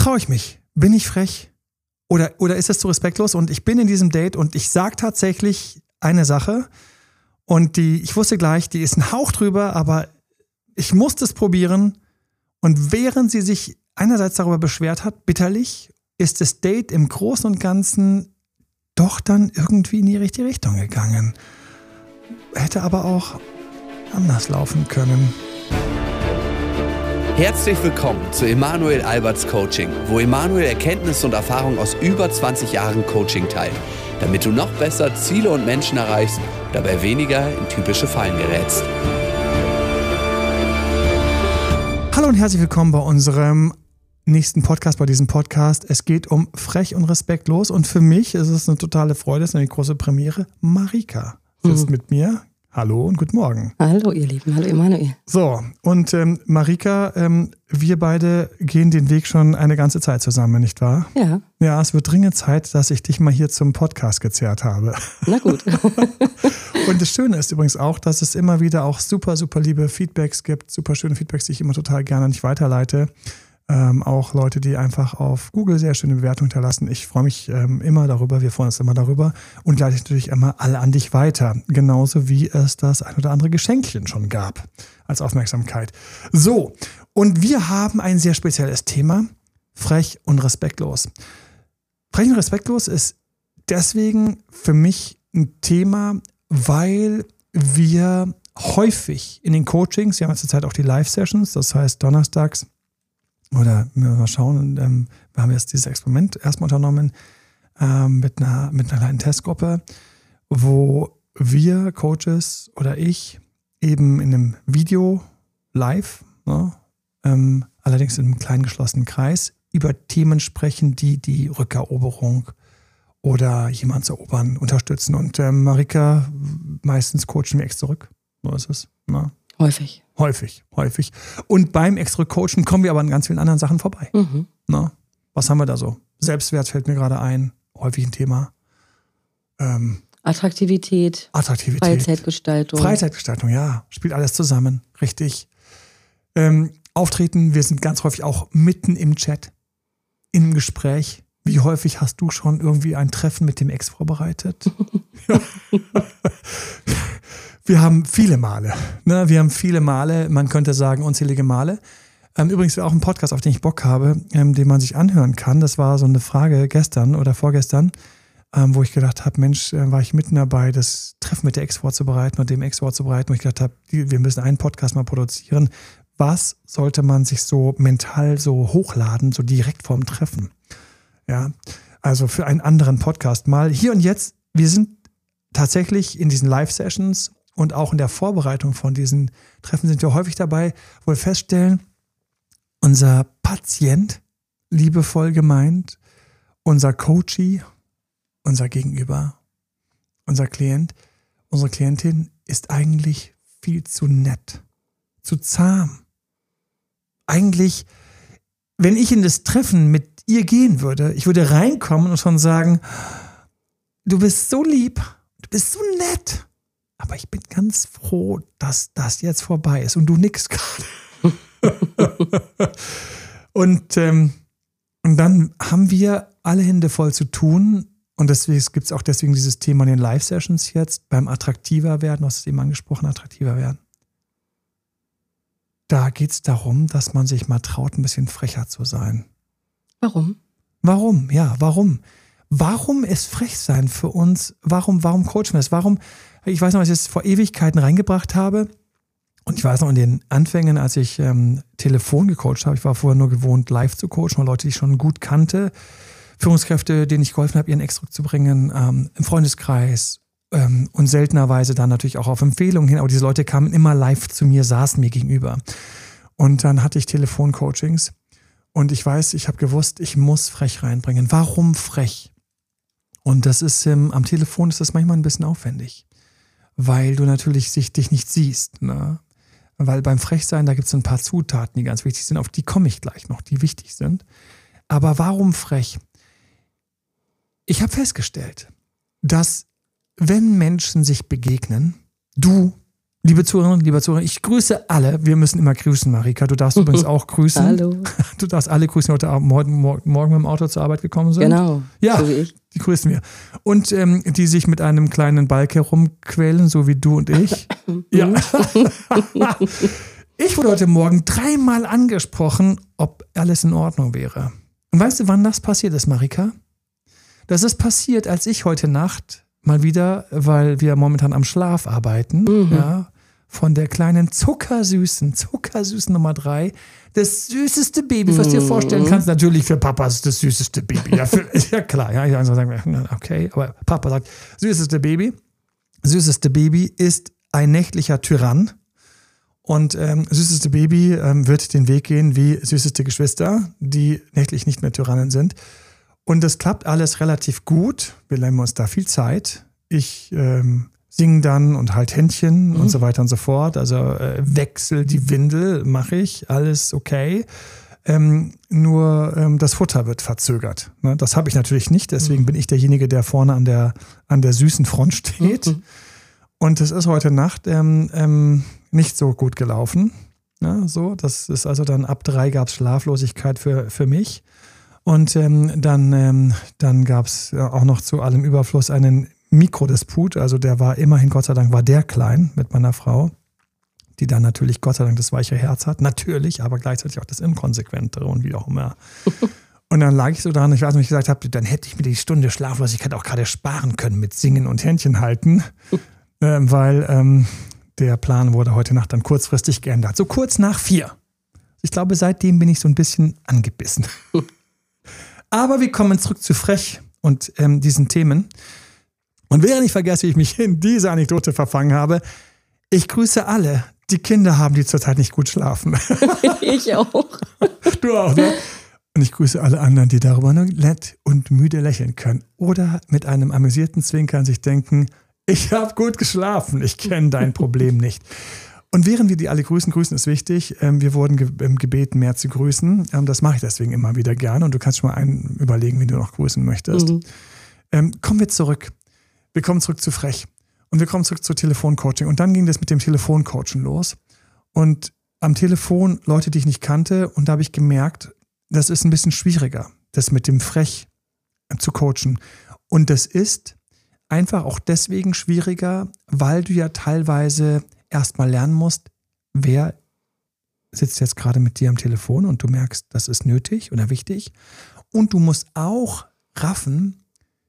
traue ich mich? Bin ich frech? Oder ist das zu respektlos? Und ich bin in diesem Date und ich sage tatsächlich eine Sache und ich wusste gleich, die ist ein Hauch drüber, aber ich musste es probieren. Und während sie sich einerseits darüber beschwert hat, bitterlich, ist das Date im Großen und Ganzen doch dann irgendwie in die richtige Richtung gegangen. Hätte aber auch anders laufen können. Herzlich willkommen zu Emanuel Alberts Coaching, wo Emanuel Erkenntnisse und Erfahrung aus über 20 Jahren Coaching teilt, damit du noch besser Ziele und Menschen erreichst, dabei weniger in typische Fallen gerätst. Hallo und herzlich willkommen bei unserem nächsten Podcast, bei diesem Podcast. Es geht um frech und respektlos und für mich ist es eine totale Freude, es ist eine große Premiere. Marika sitzt mit mir. Hallo und guten Morgen. Hallo ihr Lieben, hallo Emanuel. So, und Marika, wir beide gehen den Weg schon eine ganze Zeit zusammen, nicht wahr? Ja. Ja, es wird dringend Zeit, dass ich dich mal hier zum Podcast gezerrt habe. Na gut. Und das Schöne ist übrigens auch, dass es immer wieder auch super, super liebe Feedbacks gibt, super schöne Feedbacks, die ich immer total gerne an dich weiterleite. Auch Leute, die einfach auf Google sehr schöne Bewertungen hinterlassen. Ich freue mich immer darüber, wir freuen uns immer darüber und leite natürlich immer alle an dich weiter. Genauso wie es das ein oder andere Geschenkchen schon gab als Aufmerksamkeit. So, und wir haben ein sehr spezielles Thema, frech und respektlos. Frech und respektlos ist deswegen für mich ein Thema, weil wir häufig in den Coachings, wir haben zurzeit auch die Live-Sessions, das heißt donnerstags, oder mal schauen, wir haben jetzt dieses Experiment erstmal unternommen mit einer kleinen Testgruppe, wo wir Coaches oder ich eben in einem Video live, allerdings in einem kleinen geschlossenen Kreis, über Themen sprechen, die die Rückeroberung oder jemand zu erobern unterstützen. Und Marika, meistens coachen wir extra zurück. So ist es. Ne? Häufig. Und beim extra Coachen kommen wir aber an ganz vielen anderen Sachen vorbei. Mhm. Na, was haben wir da so? Selbstwert fällt mir gerade ein, häufig ein Thema. Attraktivität. Freizeitgestaltung, ja, spielt alles zusammen, richtig. Auftreten, wir sind ganz häufig auch mitten im Chat, im Gespräch. Wie häufig hast du schon irgendwie ein Treffen mit dem Ex vorbereitet? Wir haben viele Male, man könnte sagen unzählige Male. Übrigens auch ein Podcast, auf den ich Bock habe, den man sich anhören kann. Das war so eine Frage gestern oder vorgestern, wo ich gedacht habe, Mensch, war ich mitten dabei, das Treffen mit der Ex vorzubereiten und dem Ex vorzubereiten, wo ich gedacht habe, wir müssen einen Podcast mal produzieren. Was sollte man sich so mental so hochladen, so direkt vorm Treffen? Ja, also für einen anderen Podcast mal. Hier und jetzt, wir sind tatsächlich in diesen Live-Sessions und auch in der Vorbereitung von diesen Treffen sind wir häufig dabei, wo wir feststellen, unser Patient, liebevoll gemeint, unser Coachee, unser Gegenüber, unser Klient, unsere Klientin ist eigentlich viel zu nett, zu zahm. Eigentlich, wenn ich in das Treffen mit ihr gehen würde, ich würde reinkommen und schon sagen, du bist so lieb, du bist so nett. Aber ich bin ganz froh, dass das jetzt vorbei ist und du nickst gerade. Und dann haben wir alle Hände voll zu tun und deswegen gibt es auch deswegen dieses Thema in den Live-Sessions jetzt beim attraktiver werden, du hast es eben angesprochen, attraktiver werden. Da geht es darum, dass man sich mal traut, ein bisschen frecher zu sein. Warum? Warum? Warum ist frech sein für uns? Warum coachen wir das? Ich weiß noch, was ich jetzt vor Ewigkeiten reingebracht habe. Und ich weiß noch in den Anfängen, als ich Telefon gecoacht habe, ich war vorher nur gewohnt, live zu coachen, Leute, die ich schon gut kannte, Führungskräfte, denen ich geholfen habe, ihren Ex zurückzubringen, im Freundeskreis und seltenerweise dann natürlich auch auf Empfehlungen hin. Aber diese Leute kamen immer live zu mir, saßen mir gegenüber. Und dann hatte ich Telefoncoachings und ich weiß, ich habe gewusst, ich muss frech reinbringen. Warum frech? Und das ist am Telefon ist das manchmal ein bisschen aufwendig, weil du natürlich dich nicht siehst. Ne? Weil beim Frechsein, da gibt es ein paar Zutaten, die ganz wichtig sind, auf die komme ich gleich noch, die wichtig sind. Aber warum frech? Ich habe festgestellt, dass wenn Menschen sich begegnen, du Liebe Zuhörerinnen, lieber Zuhörer, ich grüße alle. Wir müssen immer grüßen, Marika. Du darfst übrigens auch grüßen. Hallo. Du darfst alle grüßen, die heute morgen mit dem Auto zur Arbeit gekommen sind. Genau, ja, so wie ich. Die grüßen wir. Und die sich mit einem kleinen Balk herumquälen, so wie du und ich. Ja. Ich wurde heute Morgen 3-mal angesprochen, ob alles in Ordnung wäre. Und weißt du, wann das passiert ist, Marika? Das ist passiert, als ich heute Nacht mal wieder, weil wir momentan am Schlaf arbeiten, ja, von der kleinen zuckersüßen Nummer 3, das süßeste Baby, was du dir vorstellen kannst. Natürlich für Papas das süßeste Baby. Ja, ja klar, ja, ich sagen, okay, aber Papa sagt, süßeste Baby ist ein nächtlicher Tyrann. Und süßeste Baby wird den Weg gehen wie süßeste Geschwister, die nächtlich nicht mehr Tyrannen sind. Und das klappt alles relativ gut. Wir nehmen uns da viel Zeit. Ich singe dann und halt Händchen und so weiter und so fort. Also wechsel die Windel, mache ich, alles okay. Nur das Futter wird verzögert. Ne? Das habe ich natürlich nicht, deswegen bin ich derjenige, der vorne an der süßen Front steht. Und es ist heute Nacht nicht so gut gelaufen. Ja, so, das ist also dann ab 3 gab es Schlaflosigkeit für mich. Und dann gab es auch noch zu allem Überfluss einen Mikrodisput. Also der war immerhin, Gott sei Dank, war der klein mit meiner Frau, die dann natürlich Gott sei Dank das weiche Herz hat. Natürlich, aber gleichzeitig auch das Inkonsequentere und wie auch immer. Und dann lag ich so da und ich weiß nicht, ich gesagt habe, dann hätte ich mir die Stunde Schlaflosigkeit auch gerade sparen können mit Singen und Händchen halten, weil der Plan wurde heute Nacht dann kurzfristig geändert. So kurz nach 4. Ich glaube, seitdem bin ich so ein bisschen angebissen. Aber wir kommen zurück zu Frech und diesen Themen. Und während ich vergesse, wie ich mich in diese Anekdote verfangen habe, ich grüße alle, die Kinder haben, die zurzeit nicht gut schlafen. Ich auch. Du auch, ne? Und ich grüße alle anderen, die darüber nur nett und müde lächeln können. Oder mit einem amüsierten Zwinkern sich denken, ich habe gut geschlafen, ich kenne dein Problem nicht. Und während wir die alle grüßen ist wichtig, wir wurden gebeten, mehr zu grüßen. Das mache ich deswegen immer wieder gerne und du kannst schon mal einen überlegen, wen du noch grüßen möchtest. Kommen wir zurück. Wir kommen zurück zu Frech und wir kommen zurück zu Telefoncoaching. Und dann ging das mit dem Telefoncoaching los. Und am Telefon Leute, die ich nicht kannte, und da habe ich gemerkt, das ist ein bisschen schwieriger, das mit dem Frech zu coachen. Und das ist einfach auch deswegen schwieriger, weil du ja teilweise erstmal lernen musst, wer sitzt jetzt gerade mit dir am Telefon und du merkst, das ist nötig oder wichtig. Und du musst auch raffen,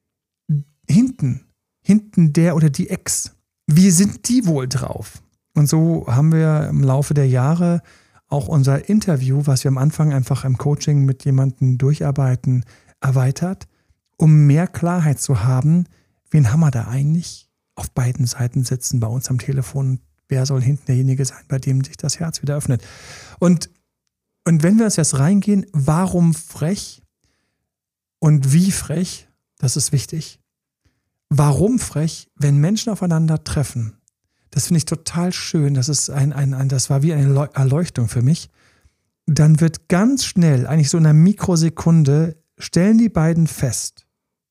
hinten der oder die Ex, wie sind die wohl drauf? Und so haben wir im Laufe der Jahre auch unser Interview, was wir am Anfang einfach im Coaching mit jemandem durcharbeiten, erweitert, um mehr Klarheit zu haben, wen haben wir da eigentlich auf beiden Seiten sitzen bei uns am Telefon? Wer soll hinten derjenige sein, bei dem sich das Herz wieder öffnet? Und wenn wir jetzt reingehen, warum frech und wie frech, das ist wichtig. Warum frech, wenn Menschen aufeinander treffen? Das finde ich total schön. Das ist das war wie eine Erleuchtung für mich. Dann wird ganz schnell, eigentlich so in einer Mikrosekunde, stellen die beiden fest,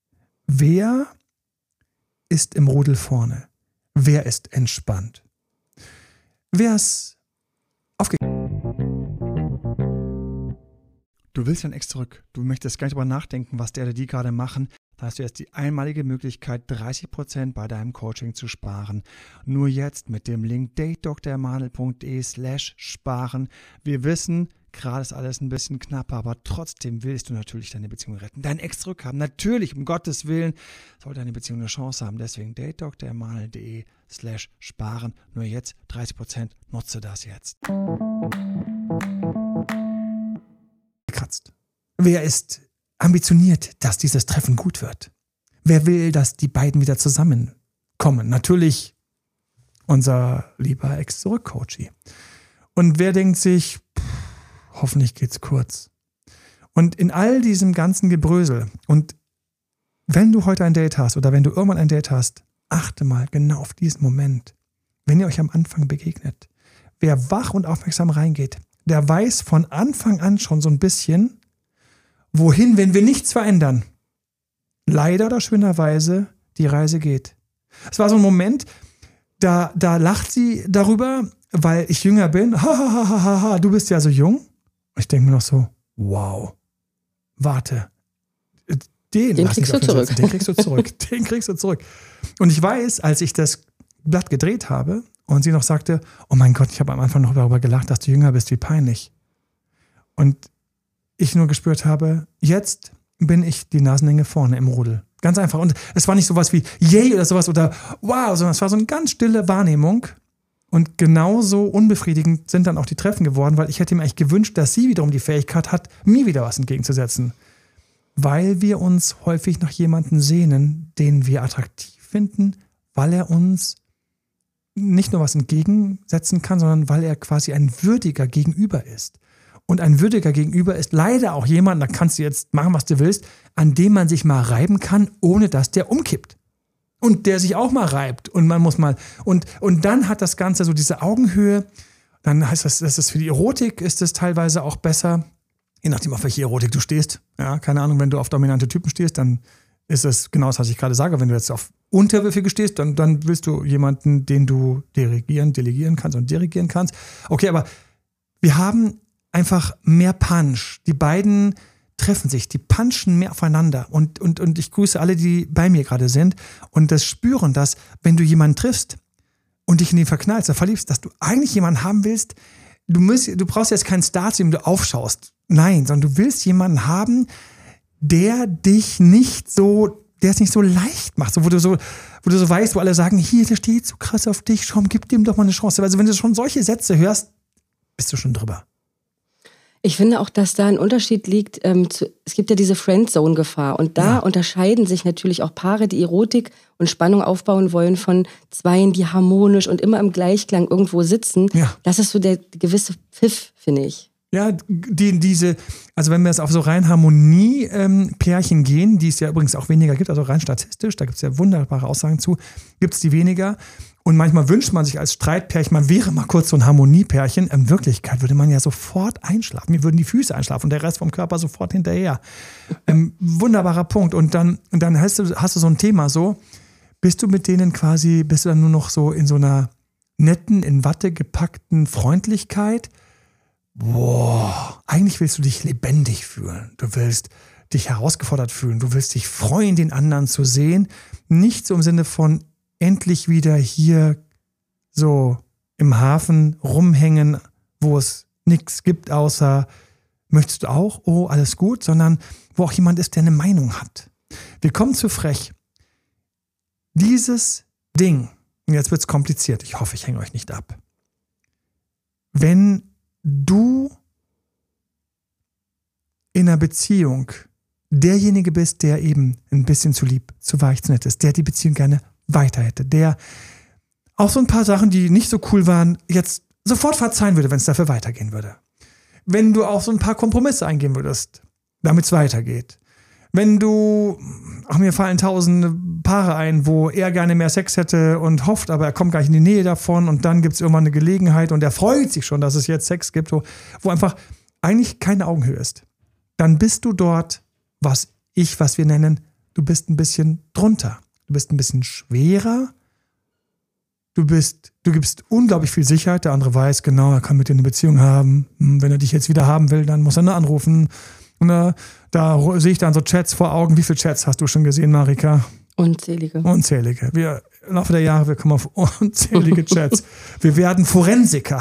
wer ist im Rudel vorne? Wer ist entspannt? Wer ist aufgegeben? Du willst dein Ex zurück. Du möchtest gar nicht darüber nachdenken, was der oder die gerade machen. Da hast du jetzt die einmalige Möglichkeit, 30% bei deinem Coaching zu sparen. Nur jetzt mit dem Link datedremanuel.de/sparen. Wir wissen, gerade ist alles ein bisschen knapper, aber trotzdem willst du natürlich deine Beziehung retten. Deinen Ex zurückhaben. Natürlich, um Gottes Willen, soll deine Beziehung eine Chance haben. Deswegen datedremanuel.de/sparen. Nur jetzt 30%. Nutze das jetzt. Kratzt. Wer ist ambitioniert, dass dieses Treffen gut wird? Wer will, dass die beiden wieder zusammenkommen? Natürlich unser lieber Ex-Zurück-Coachie. Und wer denkt sich, hoffentlich geht's kurz. Und in all diesem ganzen Gebrösel, und wenn du heute ein Date hast oder wenn du irgendwann ein Date hast, achte mal genau auf diesen Moment, wenn ihr euch am Anfang begegnet. Wer wach und aufmerksam reingeht, der weiß von Anfang an schon so ein bisschen, wohin, wenn wir nichts verändern, leider oder schönerweise die Reise geht. Es war so ein Moment, da lacht sie darüber, weil ich jünger bin. Ha, du bist ja so jung. Ich denke mir noch so, wow, warte. Den kriegst du zurück. Den kriegst du zurück. Und ich weiß, als ich das Blatt gedreht habe und sie noch sagte, oh mein Gott, ich habe am Anfang noch darüber gelacht, dass du jünger bist, wie peinlich. Und ich nur gespürt habe, jetzt bin ich die Nasenlänge vorne im Rudel. Ganz einfach. Und es war nicht sowas wie yay oder sowas oder wow, sondern es war so eine ganz stille Wahrnehmung. Und genauso unbefriedigend sind dann auch die Treffen geworden, weil ich hätte mir eigentlich gewünscht, dass sie wiederum die Fähigkeit hat, mir wieder was entgegenzusetzen. Weil wir uns häufig nach jemandem sehnen, den wir attraktiv finden, weil er uns nicht nur was entgegensetzen kann, sondern weil er quasi ein würdiger Gegenüber ist. Und ein würdiger Gegenüber ist leider auch jemand, da kannst du jetzt machen, was du willst, an dem man sich mal reiben kann, ohne dass der umkippt. Und der sich auch mal reibt. Und man muss mal. Und dann hat das Ganze so diese Augenhöhe. Dann heißt das ist für die Erotik ist es teilweise auch besser. Je nachdem, auf welche Erotik du stehst. Ja, keine Ahnung, wenn du auf dominante Typen stehst, dann ist es genau das, was ich gerade sage. Wenn du jetzt auf Unterwürfige stehst, dann willst du jemanden, den du delegieren kannst. Okay, aber wir haben einfach mehr Punch. Die beiden treffen sich, die punchen mehr aufeinander. Und ich grüße alle, die bei mir gerade sind und das spüren, dass, wenn du jemanden triffst und dich in den verknallst, verliebst, dass du eigentlich jemanden haben willst, du brauchst jetzt keinen Star, zu dem du aufschaust. Nein, sondern du willst jemanden haben, der dich nicht so, der es nicht so leicht macht, so, wo du so weißt, wo alle sagen, hier, der steht so krass auf dich, komm, gib dem doch mal eine Chance. Also wenn du schon solche Sätze hörst, bist du schon drüber. Ich finde auch, dass da ein Unterschied liegt. Es gibt ja diese Friendzone-Gefahr. Und da unterscheiden sich natürlich auch Paare, die Erotik und Spannung aufbauen wollen, von Zweien, die harmonisch und immer im Gleichklang irgendwo sitzen. Ja. Das ist so der gewisse Pfiff, finde ich. Ja, also wenn wir jetzt auf so rein Harmonie-Pärchen gehen, die es ja übrigens auch weniger gibt, also rein statistisch, da gibt es ja wunderbare Aussagen zu, gibt es die weniger. Und manchmal wünscht man sich als Streitpärchen, man wäre mal kurz so ein Harmoniepärchen. In Wirklichkeit würde man ja sofort einschlafen. Mir würden die Füße einschlafen und der Rest vom Körper sofort hinterher. Wunderbarer Punkt. Und dann hast du so ein Thema so, bist du dann nur noch so in so einer netten, in Watte gepackten Freundlichkeit? Boah, eigentlich willst du dich lebendig fühlen. Du willst dich herausgefordert fühlen. Du willst dich freuen, den anderen zu sehen. Nicht so im Sinne von endlich wieder hier so im Hafen rumhängen, wo es nichts gibt, außer möchtest du auch, oh, alles gut, sondern wo auch jemand ist, der eine Meinung hat. Wir kommen zu frech. Dieses Ding, und jetzt wird es kompliziert, ich hoffe, ich hänge euch nicht ab. Wenn du in einer Beziehung derjenige bist, der eben ein bisschen zu lieb, zu weich, zu nett ist, der die Beziehung gerne weiter hätte, der auch so ein paar Sachen, die nicht so cool waren, jetzt sofort verzeihen würde, wenn es dafür weitergehen würde. Wenn du auch so ein paar Kompromisse eingehen würdest, damit es weitergeht. Wenn du, mir fallen tausende Paare ein, wo er gerne mehr Sex hätte und hofft, aber er kommt gar nicht in die Nähe davon und dann gibt es irgendwann eine Gelegenheit und er freut sich schon, dass es jetzt Sex gibt, wo einfach eigentlich keine Augenhöhe ist. Dann bist du dort, was wir nennen, du bist ein bisschen drunter. Du bist ein bisschen schwerer. Du gibst unglaublich viel Sicherheit. Der andere weiß genau, er kann mit dir eine Beziehung haben. Wenn er dich jetzt wieder haben will, dann muss er nur anrufen. Und da sehe ich dann so Chats vor Augen. Wie viele Chats hast du schon gesehen, Marika? Unzählige. Wir im Laufe der Jahre, wir kommen auf unzählige Chats. Wir werden Forensiker.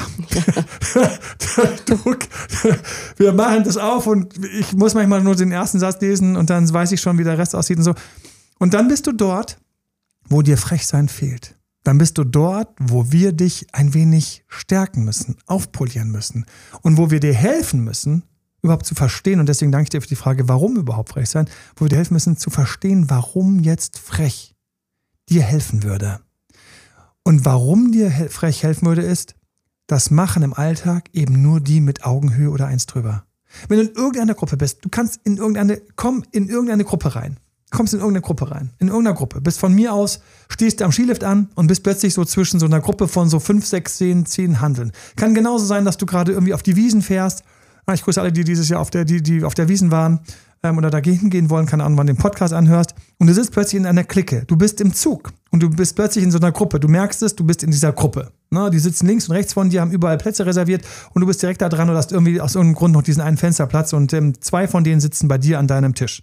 Wir machen das auf und ich muss manchmal nur den ersten Satz lesen und dann weiß ich schon, wie der Rest aussieht und so. Und dann bist du dort, wo dir Frechsein fehlt. Dann bist du dort, wo wir dich ein wenig stärken müssen, aufpolieren müssen und wo wir dir helfen müssen, überhaupt zu verstehen, und deswegen danke ich dir für die Frage, warum überhaupt frech sein, wo wir dir helfen müssen, zu verstehen, warum jetzt frech dir helfen würde. Und warum dir frech helfen würde, ist, das machen im Alltag eben nur die mit Augenhöhe oder eins drüber. Wenn du in irgendeiner Gruppe bist, du kannst komm in irgendeine Gruppe rein. Kommst in irgendeine Gruppe. Bist von mir aus, stehst am Skilift an und bist plötzlich so zwischen so einer Gruppe von so 5, 6, 10 Handeln. Kann genauso sein, dass du gerade irgendwie auf die Wiesen fährst. Ich grüße alle, die dieses Jahr die auf der Wiesen waren. oder dagegen gehen wollen, keine Ahnung, wann du den Podcast anhörst und du sitzt plötzlich in einer Clique, du bist im Zug und du bist plötzlich in so einer Gruppe, du merkst es, du bist in dieser Gruppe. Ne? Die sitzen links und rechts von dir, haben überall Plätze reserviert und du bist direkt da dran und hast irgendwie aus irgendeinem Grund noch diesen einen Fensterplatz und 2 von denen sitzen bei dir an deinem Tisch.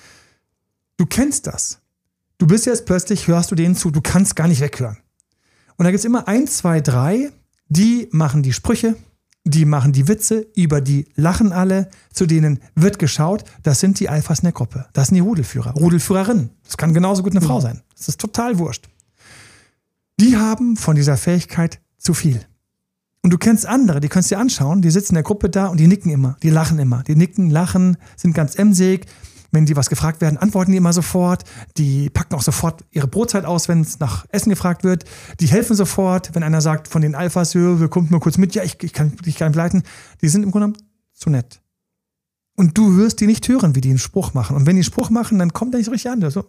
Du kennst das. Du bist jetzt plötzlich, hörst du denen zu, du kannst gar nicht weghören. Und da gibt es immer 1, 2, 3, die machen die Sprüche, die machen die Witze, über die lachen alle, zu denen wird geschaut. Das sind die Alphas in der Gruppe. Das sind die Rudelführer, Rudelführerinnen. Das kann genauso gut eine Frau sein. Das ist total wurscht. Die haben von dieser Fähigkeit zu viel. Und du kennst andere, die kannst du dir anschauen, die sitzen in der Gruppe da und die nicken immer, die lachen immer. Die nicken, lachen, sind ganz emsig. Wenn die was gefragt werden, antworten die immer sofort. Die packen auch sofort ihre Brotzeit aus, wenn es nach Essen gefragt wird. Die helfen sofort, wenn einer sagt von den Alphas, wir kommen mal kurz mit, ja, ich kann dich gar nicht leiten. Die sind im Grunde genommen zu nett. Und du hörst die nicht hören, wie die einen Spruch machen. Und wenn die einen Spruch machen, dann kommt der nicht so richtig an. Der so,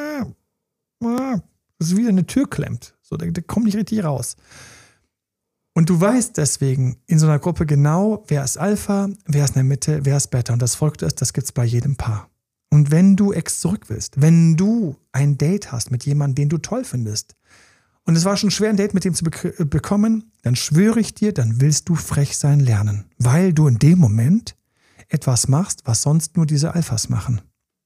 das ist wie eine Tür klemmt. So, der kommt nicht richtig raus. Und du weißt deswegen in so einer Gruppe genau, wer ist Alpha, wer ist in der Mitte, wer ist Beta. Und das Verrückte ist, das gibt es bei jedem Paar. Und wenn du zurück willst, wenn du ein Date hast mit jemandem, den du toll findest, und es war schon schwer, ein Date mit dem zu bekommen, dann schwöre ich dir, dann willst du frech sein lernen. Weil du in dem Moment etwas machst, was sonst nur diese Alphas machen.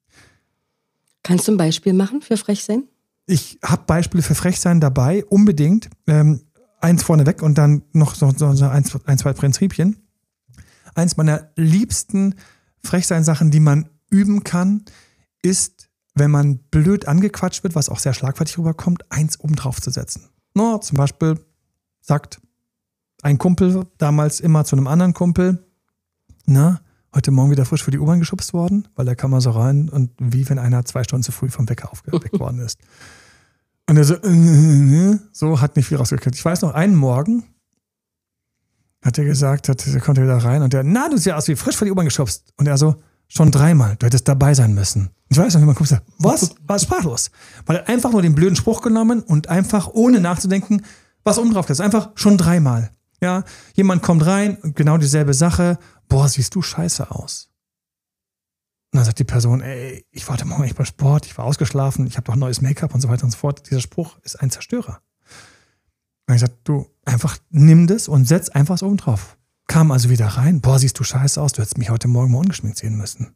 Kannst du ein Beispiel machen für frech sein? Ich habe Beispiele für frech sein dabei, unbedingt. Eins vorneweg und dann noch so ein, 2 Prinzipien. Eins meiner liebsten Frechsein-Sachen, die man üben kann, ist, wenn man blöd angequatscht wird, was auch sehr schlagfertig rüberkommt, 1 oben drauf zu setzen. No, zum Beispiel sagt ein Kumpel damals immer zu einem anderen Kumpel, na, heute Morgen wieder frisch für die U-Bahn geschubst worden, weil da kam er so rein und wie wenn einer 2 Stunden zu früh vom Wecker aufgeweckt worden ist. Und er so hat nicht viel rausgekriegt. Ich weiß noch, einen Morgen hat er gesagt, er kommt wieder rein und der, du siehst ja aus wie frisch für die U-Bahn geschubst. Und er so, schon 3-mal, du hättest dabei sein müssen. Ich weiß noch, wie man guckt, was? War sprachlos. Weil er einfach nur den blöden Spruch genommen und einfach, ohne nachzudenken, was oben drauf ist. Einfach schon 3-mal. Ja, jemand kommt rein, genau dieselbe Sache. Boah, siehst du scheiße aus. Und dann sagt die Person, ey, ich war heute Morgen echt beim Sport, ich war ausgeschlafen, ich habe doch neues Make-up und so weiter und so fort. Dieser Spruch ist ein Zerstörer. Und ich sagte, du, einfach nimm das und setz einfach was oben drauf. Kam also wieder rein, boah, siehst du scheiße aus, du hättest mich heute Morgen mal ungeschminkt sehen müssen.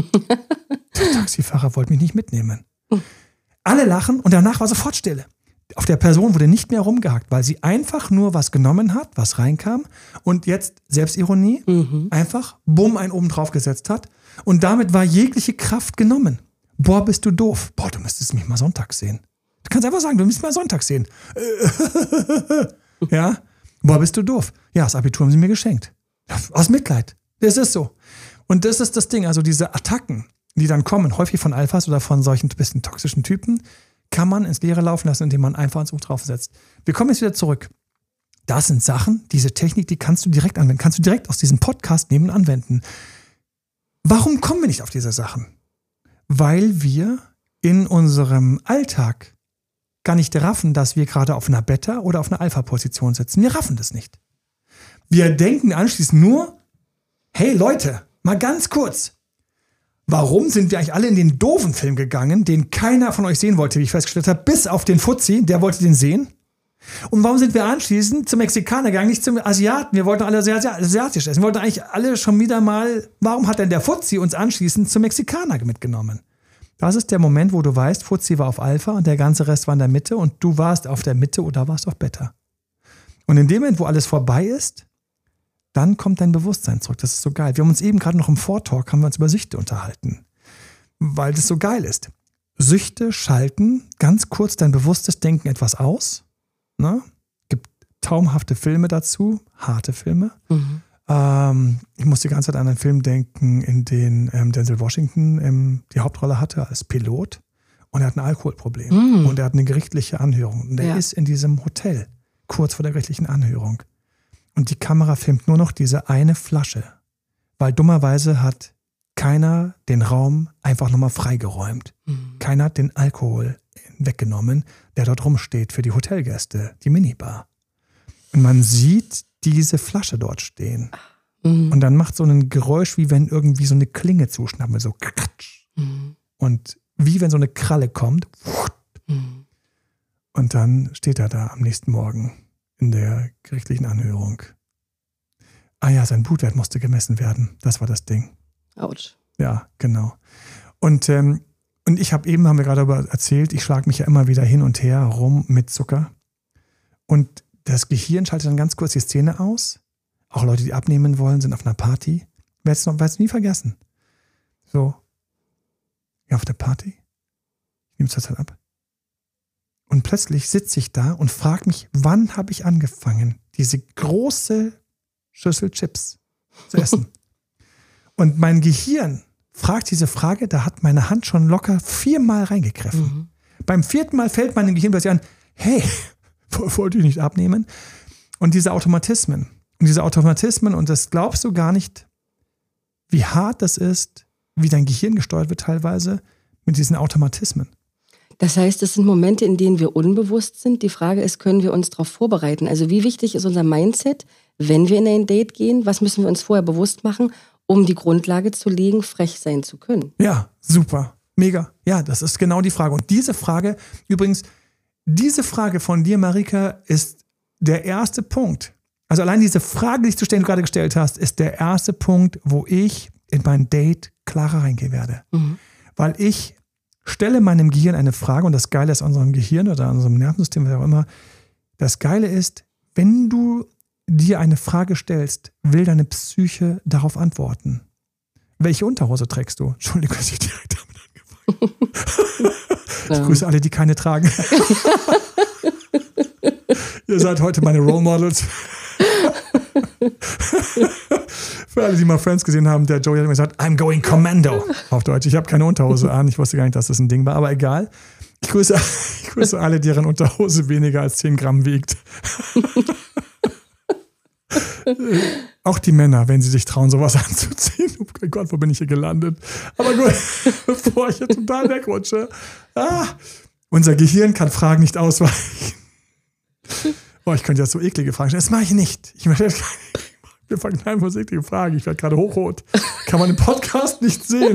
Der Taxifahrer wollte mich nicht mitnehmen. Alle lachen und danach war sofort Stille. Auf der Person wurde nicht mehr rumgehackt, weil sie einfach nur was genommen hat, was reinkam und jetzt Selbstironie, einfach bumm, einen oben drauf gesetzt hat und damit war jegliche Kraft genommen. Boah, bist du doof. Boah, du müsstest mich mal sonntags sehen. Du kannst einfach sagen, du müsstest mal sonntags sehen. Ja? Boah, bist du doof. Ja, das Abitur haben sie mir geschenkt. Aus Mitleid. Das ist so. Und das ist das Ding, also diese Attacken, die dann kommen, häufig von Alphas oder von solchen bisschen toxischen Typen, kann man ins Leere laufen lassen, indem man einfach ins Ohr draufsetzt. Wir kommen jetzt wieder zurück. Das sind Sachen, diese Technik, die kannst du direkt anwenden. Kannst du direkt aus diesem Podcast nehmen und anwenden. Warum kommen wir nicht auf diese Sachen? Weil wir in unserem Alltag gar nicht raffen, dass wir gerade auf einer Beta- oder auf einer Alpha-Position sitzen. Wir raffen das nicht. Wir denken anschließend nur, hey Leute, mal ganz kurz, warum sind wir eigentlich alle in den doofen Film gegangen, den keiner von euch sehen wollte, wie ich festgestellt habe, bis auf den Fuzzi, der wollte den sehen? Und warum sind wir anschließend zum Mexikaner gegangen, nicht zum Asiaten? Wir wollten alle sehr asiatisch essen. Wir wollten eigentlich alle schon wieder mal, warum hat denn der Fuzzi uns anschließend zum Mexikaner mitgenommen? Das ist der Moment, wo du weißt, Fuzzi war auf Alpha und der ganze Rest war in der Mitte und du warst auf der Mitte oder warst auf Beta. Und in dem Moment, wo alles vorbei ist, dann kommt dein Bewusstsein zurück. Das ist so geil. Wir haben uns eben gerade noch im Vortalk, haben wir uns über Süchte unterhalten, weil das so geil ist. Süchte schalten ganz kurz dein bewusstes Denken etwas aus. Ne? Gibt traumhafte Filme dazu, harte Filme. Ich muss die ganze Zeit an einen Film denken, in dem Denzel Washington die Hauptrolle hatte als Pilot. Und er hat ein Alkoholproblem. Und er hat eine gerichtliche Anhörung. Und er ist in diesem Hotel, kurz vor der gerichtlichen Anhörung. Und die Kamera filmt nur noch diese eine Flasche. Weil dummerweise hat keiner den Raum einfach nochmal freigeräumt. Keiner hat den Alkohol weggenommen, der dort rumsteht für die Hotelgäste, die Minibar. Und man sieht diese Flasche dort stehen. Und dann macht so ein Geräusch, wie wenn irgendwie so eine Klinge zuschnappen, so und wie wenn so eine Kralle kommt. Und dann steht er da am nächsten Morgen in der gerichtlichen Anhörung. Ah ja, sein Blutwert musste gemessen werden. Das war das Ding. Autsch. Ja, genau. Und haben wir gerade darüber erzählt, ich schlage mich ja immer wieder hin und her rum mit Zucker. Und das Gehirn schaltet dann ganz kurz die Szene aus. Auch Leute, die abnehmen wollen, sind auf einer Party. Werde es nie vergessen. So, ja, auf der Party. Ich nehme es total ab. Und plötzlich sitze ich da und frage mich, wann habe ich angefangen, diese große Schüssel Chips zu essen? Und mein Gehirn fragt diese Frage, da hat meine Hand schon locker 4-mal reingegriffen. Beim 4. Mal fällt meinem Gehirn plötzlich an, hey, wollte ich nicht abnehmen? Und diese Automatismen, und das glaubst du gar nicht, wie hart das ist, wie dein Gehirn gesteuert wird teilweise mit diesen Automatismen. Das heißt, es sind Momente, in denen wir unbewusst sind. Die Frage ist, können wir uns darauf vorbereiten? Also wie wichtig ist unser Mindset, wenn wir in ein Date gehen? Was müssen wir uns vorher bewusst machen, um die Grundlage zu legen, frech sein zu können? Ja, super, mega. Ja, das ist genau die Frage. Und diese Frage, übrigens, diese Frage von dir, Marika, ist der erste Punkt. Also allein diese Frage, die du gerade gestellt hast, ist der erste Punkt, wo ich in mein Date klarer reingehen werde. Weil ich stelle meinem Gehirn eine Frage, und das Geile ist an unserem Gehirn oder an unserem Nervensystem, was auch immer, das Geile ist, wenn du dir eine Frage stellst, will deine Psyche darauf antworten. Welche Unterhose trägst du? Entschuldigung, dass ich direkt damit angefangen habe. Ich grüße alle, die keine tragen. Ihr seid heute meine Role Models. Für alle, die mal Friends gesehen haben, der Joey hat immer gesagt, I'm going commando auf Deutsch. Ich habe keine Unterhose an, ich wusste gar nicht, dass das ein Ding war, aber egal. Ich grüße alle, deren Unterhose weniger als 10 Gramm wiegt. Auch die Männer, wenn sie sich trauen, sowas anzuziehen. Oh mein Gott, wo bin ich hier gelandet? Aber gut, bevor ich hier total wegrutsche. Unser Gehirn kann Fragen nicht ausweichen. Oh, ich könnte jetzt so eklige Fragen stellen. Das mache ich nicht. Wir fangen an mit eklige Fragen. Ich werde gerade hochrot. Kann man im Podcast nicht sehen.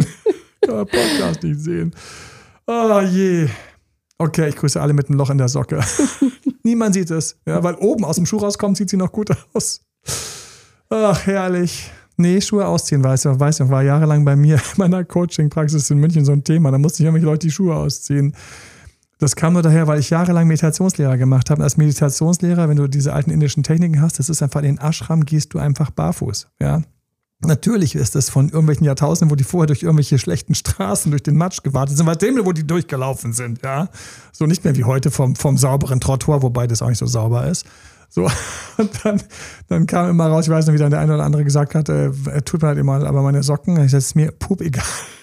Oh je. Okay, ich grüße alle mit einem Loch in der Socke. Niemand sieht es. Ja, weil oben aus dem Schuh rauskommt, sieht sie noch gut aus. Ach, herrlich. Nee, Schuhe ausziehen, weißt du, war jahrelang bei mir in meiner Coaching-Praxis in München so ein Thema. Da musste ich irgendwelche Leute die Schuhe ausziehen. Das kam nur daher, weil ich jahrelang Meditationslehrer gemacht habe. Und als Meditationslehrer, wenn du diese alten indischen Techniken hast, das ist einfach, in den Ashram gehst du einfach barfuß. Ja? Natürlich ist das von irgendwelchen Jahrtausenden, wo die vorher durch irgendwelche schlechten Straßen, durch den Matsch gewartet sind, weil dem, wo die durchgelaufen sind. Ja? So nicht mehr wie heute vom sauberen Trottoir, wobei das auch nicht so sauber ist. So, und dann kam immer raus, ich weiß noch, wie dann der eine oder andere gesagt hat, tut mir halt immer, aber meine Socken, das ist mir pup egal.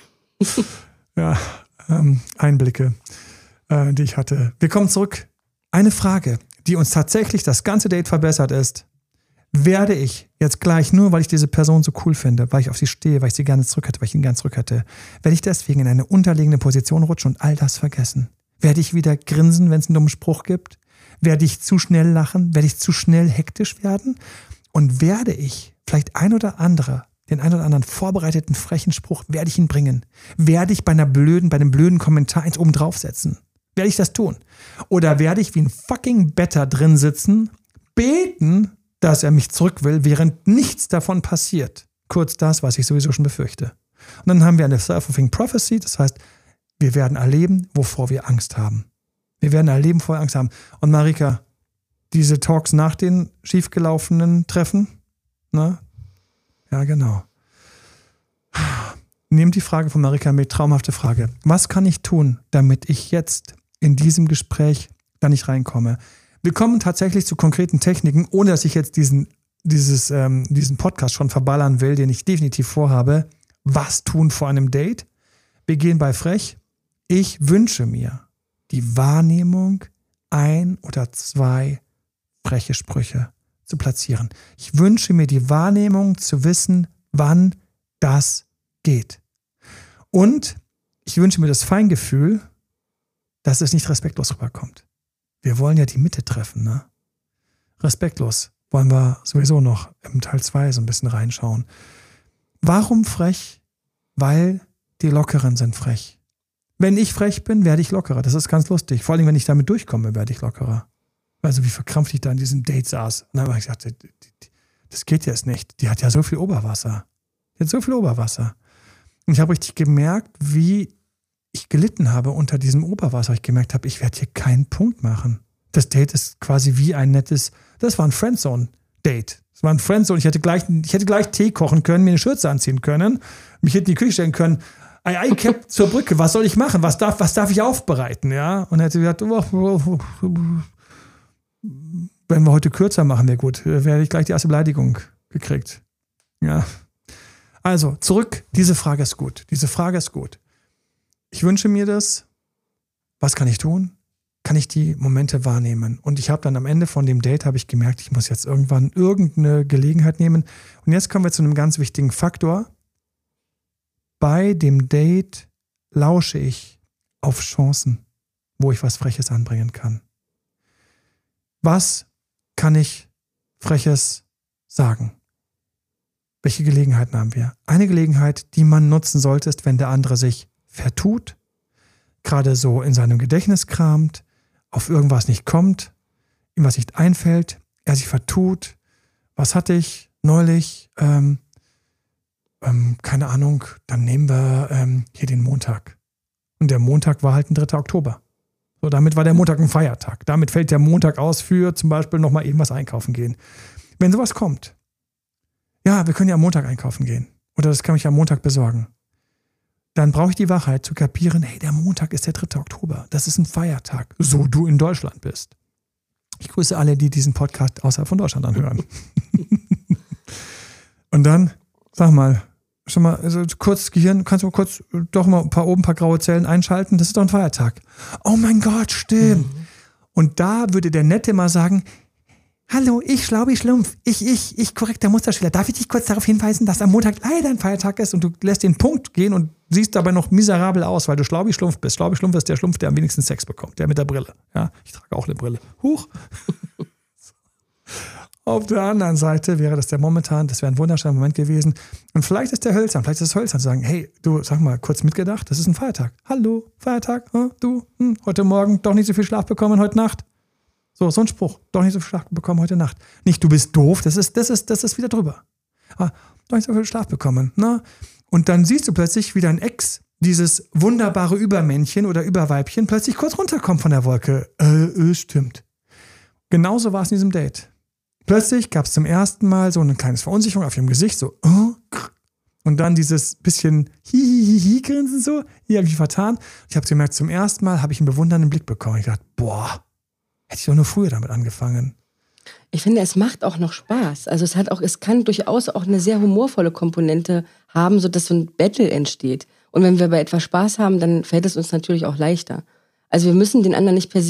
Ja, Einblicke, die ich hatte. Wir kommen zurück. Eine Frage, die uns tatsächlich das ganze Date verbessert ist. Werde ich jetzt gleich, nur weil ich diese Person so cool finde, weil ich auf sie stehe, weil ich sie gerne zurück hätte, weil ich ihn gerne zurück hätte, werde ich deswegen in eine unterlegene Position rutschen und all das vergessen? Werde ich wieder grinsen, wenn es einen dummen Spruch gibt? Werde ich zu schnell lachen? Werde ich zu schnell hektisch werden? Und werde ich vielleicht den ein oder anderen vorbereiteten frechen Spruch, werde ich ihn bringen? Werde ich bei dem blöden Kommentar eins oben draufsetzen? Werde ich das tun? Oder werde ich wie ein fucking Better drin sitzen, beten, dass er mich zurück will, während nichts davon passiert? Kurz das, was ich sowieso schon befürchte. Und dann haben wir eine Self-Fulfilling Prophecy, das heißt, wir werden erleben, wovor wir Angst haben. Wir werden erleben, wovor wir Angst haben. Und Marika, diese Talks nach den schiefgelaufenen Treffen, ne? Ja, genau. Nehmt die Frage von Marika mit, traumhafte Frage. Was kann ich tun, damit ich jetzt in diesem Gespräch da nicht reinkomme? Wir kommen tatsächlich zu konkreten Techniken, ohne dass ich jetzt diesen Podcast schon verballern will, den ich definitiv vorhabe. Was tun vor einem Date? Wir gehen bei frech. Ich wünsche mir die Wahrnehmung, 1 oder 2 freche Sprüche zu platzieren. Ich wünsche mir die Wahrnehmung zu wissen, wann das geht. Und ich wünsche mir das Feingefühl, dass es nicht respektlos rüberkommt. Wir wollen ja die Mitte treffen, ne? Respektlos wollen wir sowieso noch im Teil 2 so ein bisschen reinschauen. Warum frech? Weil die Lockeren sind frech. Wenn ich frech bin, werde ich lockerer. Das ist ganz lustig. Vor allem, wenn ich damit durchkomme, werde ich lockerer. Also wie verkrampft ich da in diesem Date saß. Und dann habe ich gesagt, das geht jetzt nicht. Die hat ja so viel Oberwasser. Und ich habe richtig gemerkt, wie ich gelitten habe unter diesem Oberwasser. Ich gemerkt habe, ich werde hier keinen Punkt machen. Das Date ist quasi wie ein nettes, das war ein Friendzone-Date. Das war ein Friendzone. Ich hätte gleich Tee kochen können, mir eine Schürze anziehen können, mich hinter die Küche stellen können. Cap zur Brücke, was soll ich machen? Was darf ich aufbereiten? Ja? Und er hätte gesagt, wenn wir heute kürzer machen, wäre gut. Werde ich gleich die erste Beleidigung gekriegt. Ja. Also, zurück, diese Frage ist gut. Ich wünsche mir das. Was kann ich tun? Kann ich die Momente wahrnehmen? Und ich habe dann am Ende von dem Date gemerkt, ich muss jetzt irgendwann irgendeine Gelegenheit nehmen. Und jetzt kommen wir zu einem ganz wichtigen Faktor. Bei dem Date lausche ich auf Chancen, wo ich was Freches anbringen kann. Was kann ich Freches sagen? Welche Gelegenheiten haben wir? Eine Gelegenheit, die man nutzen sollte, ist, wenn der andere sich vertut, gerade so in seinem Gedächtnis kramt, auf irgendwas nicht kommt, ihm was nicht einfällt, er sich vertut. Was hatte ich neulich? Keine Ahnung, dann nehmen wir hier den Montag. Und der Montag war halt ein 3. Oktober. So, damit war der Montag ein Feiertag. Damit fällt der Montag aus für zum Beispiel nochmal eben was einkaufen gehen. Wenn sowas kommt, ja, wir können ja am Montag einkaufen gehen. Oder das kann ich am Montag besorgen. Dann brauche ich die Wahrheit zu kapieren, hey, der Montag ist der 3. Oktober. Das ist ein Feiertag, so du in Deutschland bist. Ich grüße alle, die diesen Podcast außerhalb von Deutschland anhören. Und dann, sag mal, schon mal, also kurz Gehirn, kannst du kurz doch mal ein paar graue Zellen einschalten? Das ist doch ein Feiertag. Oh mein Gott, stimmt. Und da würde der Nette mal sagen, hallo, ich Schlaubi Schlumpf, ich korrekter Musterschüler. Darf ich dich kurz darauf hinweisen, dass am Montag leider ein Feiertag ist und du lässt den Punkt gehen und siehst dabei noch miserabel aus, weil du Schlaubi Schlumpf bist. Schlaubi Schlumpf ist der Schlumpf, der am wenigsten Sex bekommt, der mit der Brille. Ja, ich trage auch eine Brille. Huch. Auf der anderen Seite wäre das das wäre ein wunderschöner Moment gewesen. Und vielleicht ist der Hölzern, vielleicht ist es Hölzern zu sagen, hey, du, sag mal, kurz mitgedacht, das ist ein Feiertag. Hallo, Feiertag, du, heute Morgen doch nicht so viel Schlaf bekommen, heute Nacht. So ein Spruch, doch nicht so viel Schlaf bekommen heute Nacht. Nicht, du bist doof, das ist wieder drüber. Doch nicht so viel Schlaf bekommen. Na? Und dann siehst du plötzlich, wie dein Ex, dieses wunderbare Übermännchen oder Überweibchen, plötzlich kurz runterkommt von der Wolke. Stimmt. Genauso war es in diesem Date. Plötzlich gab es zum ersten Mal so eine kleine Verunsicherung auf ihrem Gesicht, so und dann dieses bisschen Hihihihi-Grinsen so, hier habe ich mich vertan. Ich habe gemerkt, zum ersten Mal habe ich einen bewundernden Blick bekommen. Ich dachte, boah, hätte ich doch nur früher damit angefangen. Ich finde, es macht auch noch Spaß. Also es kann durchaus auch eine sehr humorvolle Komponente haben, sodass so ein Battle entsteht. Und wenn wir bei etwas Spaß haben, dann fällt es uns natürlich auch leichter. Also wir müssen den anderen nicht per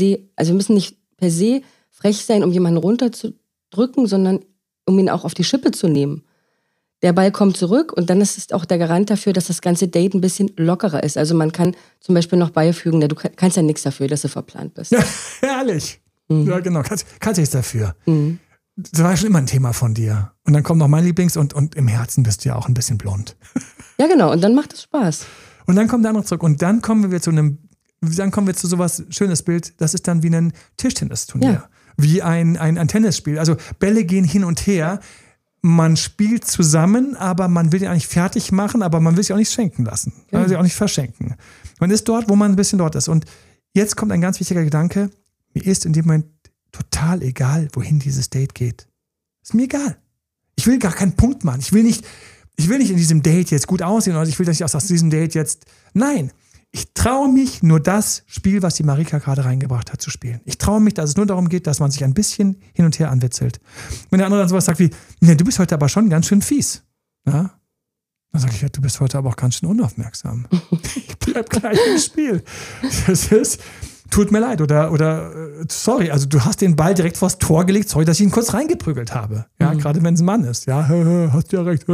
se frech sein, um jemanden runterzudrücken, sondern um ihn auch auf die Schippe zu nehmen. Der Ball kommt zurück und dann ist es auch der Garant dafür, dass das ganze Date ein bisschen lockerer ist. Also man kann zum Beispiel noch beifügen, du kannst ja nichts dafür, dass du verplant bist. Ja, herrlich. Ja, genau, kannst nichts dafür. Das war schon immer ein Thema von dir. Und dann kommt noch mein Lieblings und im Herzen bist du ja auch ein bisschen blond. Ja, genau, und dann macht es Spaß. Und dann kommt der andere zurück und dann kommen wir zu sowas, schönes Bild, das ist dann wie ein Tischtennisturnier. Ja. Wie ein Tennisspiel. Also Bälle gehen hin und her, man spielt zusammen, aber man will ja auch nicht fertig machen, aber man will sich auch nicht schenken lassen. Man will sich auch nicht verschenken. Man ist dort, wo man ein bisschen dort ist. Und jetzt kommt ein ganz wichtiger Gedanke, mir ist in dem Moment total egal, wohin dieses Date geht. Ist mir egal. Ich will gar keinen Punkt machen. Ich will nicht in diesem Date jetzt gut aussehen oder ich will nicht aus diesem Date jetzt. Nein, ich traue mich, nur das Spiel, was die Marika gerade reingebracht hat, zu spielen. Ich traue mich, dass es nur darum geht, dass man sich ein bisschen hin und her anwitzelt. Wenn der andere dann sowas sagt wie, ne, du bist heute aber schon ganz schön fies. Ja? Dann sage ich, ja, du bist heute aber auch ganz schön unaufmerksam. Ich bleib gleich im Spiel. Das ist, tut mir leid oder sorry, also du hast den Ball direkt vors Tor gelegt, sorry, dass ich ihn kurz reingeprügelt habe. Ja, gerade wenn es ein Mann ist. Ja, hast ja recht.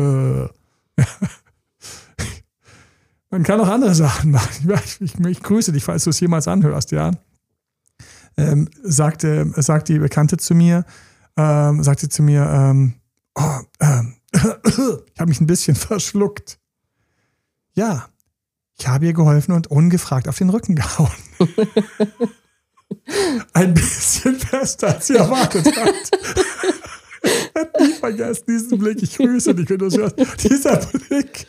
Man kann auch andere Sachen machen. Ich grüße dich, falls du es jemals anhörst, ja. Sagt die Bekannte zu mir, sagt sie zu mir, ich habe mich ein bisschen verschluckt. Ja, ich habe ihr geholfen und ungefragt auf den Rücken gehauen. Ein bisschen fester, als sie erwartet hat. Ich habe nie vergessen, diesen Blick. Ich grüße dich, wenn du es hörst. Dieser Blick,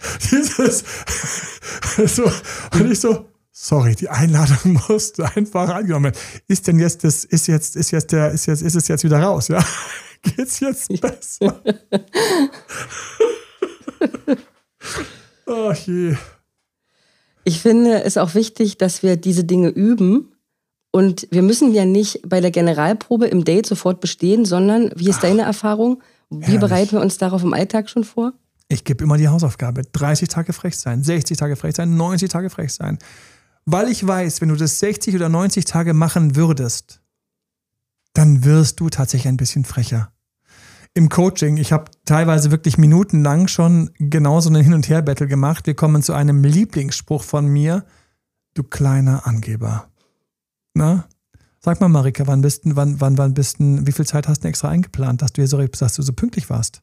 so, und ich so, sorry, die Einladung musste einfach angenommen werden. Ist es jetzt wieder raus, ja? Geht's jetzt besser? Ach je. Ich finde es auch wichtig, dass wir diese Dinge üben. Und wir müssen ja nicht bei der Generalprobe im Date sofort bestehen, sondern, wie ist deine Erfahrung? Wie bereiten wir uns darauf im Alltag schon vor? Ich gebe immer die Hausaufgabe. 30 Tage frech sein, 60 Tage frech sein, 90 Tage frech sein. Weil ich weiß, wenn du das 60 oder 90 Tage machen würdest, dann wirst du tatsächlich ein bisschen frecher. Im Coaching, ich habe teilweise wirklich minutenlang schon genauso einen Hin- und Her-Battle gemacht. Wir kommen zu einem Lieblingsspruch von mir. Du kleiner Angeber. Na? Sag mal, Marika, wie viel Zeit hast du extra eingeplant, dass du so pünktlich warst?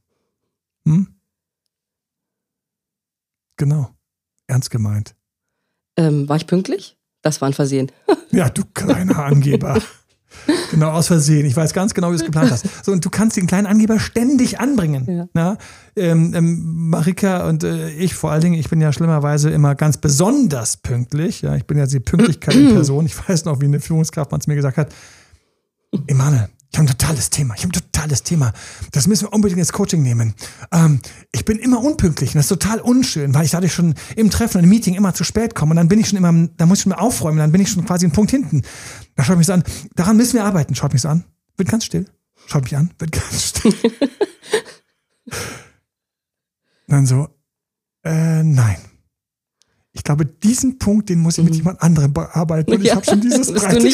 Genau. Ernst gemeint. War ich pünktlich? Das war ein Versehen. Ja, du kleiner Angeber. Genau, aus Versehen. Ich weiß ganz genau, wie du es geplant hast. So, und du kannst den kleinen Angeber ständig anbringen. Ja. Marika und ich vor allen Dingen, ich bin ja schlimmerweise immer ganz besonders pünktlich. Ja, ich bin ja die Pünktlichkeit in Person. Ich weiß noch, wie eine Führungskraft es mir gesagt hat. Emanuel, ich habe ein totales Thema. Das müssen wir unbedingt ins Coaching nehmen. Ich bin immer unpünktlich und das ist total unschön, weil ich dadurch schon im Treffen und im Meeting immer zu spät komme und dann bin ich schon immer, da muss ich schon mal aufräumen, dann bin ich schon quasi einen Punkt hinten. Da schaut mich so an, daran müssen wir arbeiten. Schaut mich so an, wird ganz still. Schaut mich an, wird ganz still. Dann so, nein. Ich glaube, diesen Punkt, den muss ich mit jemand anderem bearbeiten. Und ich habe schon dieses breite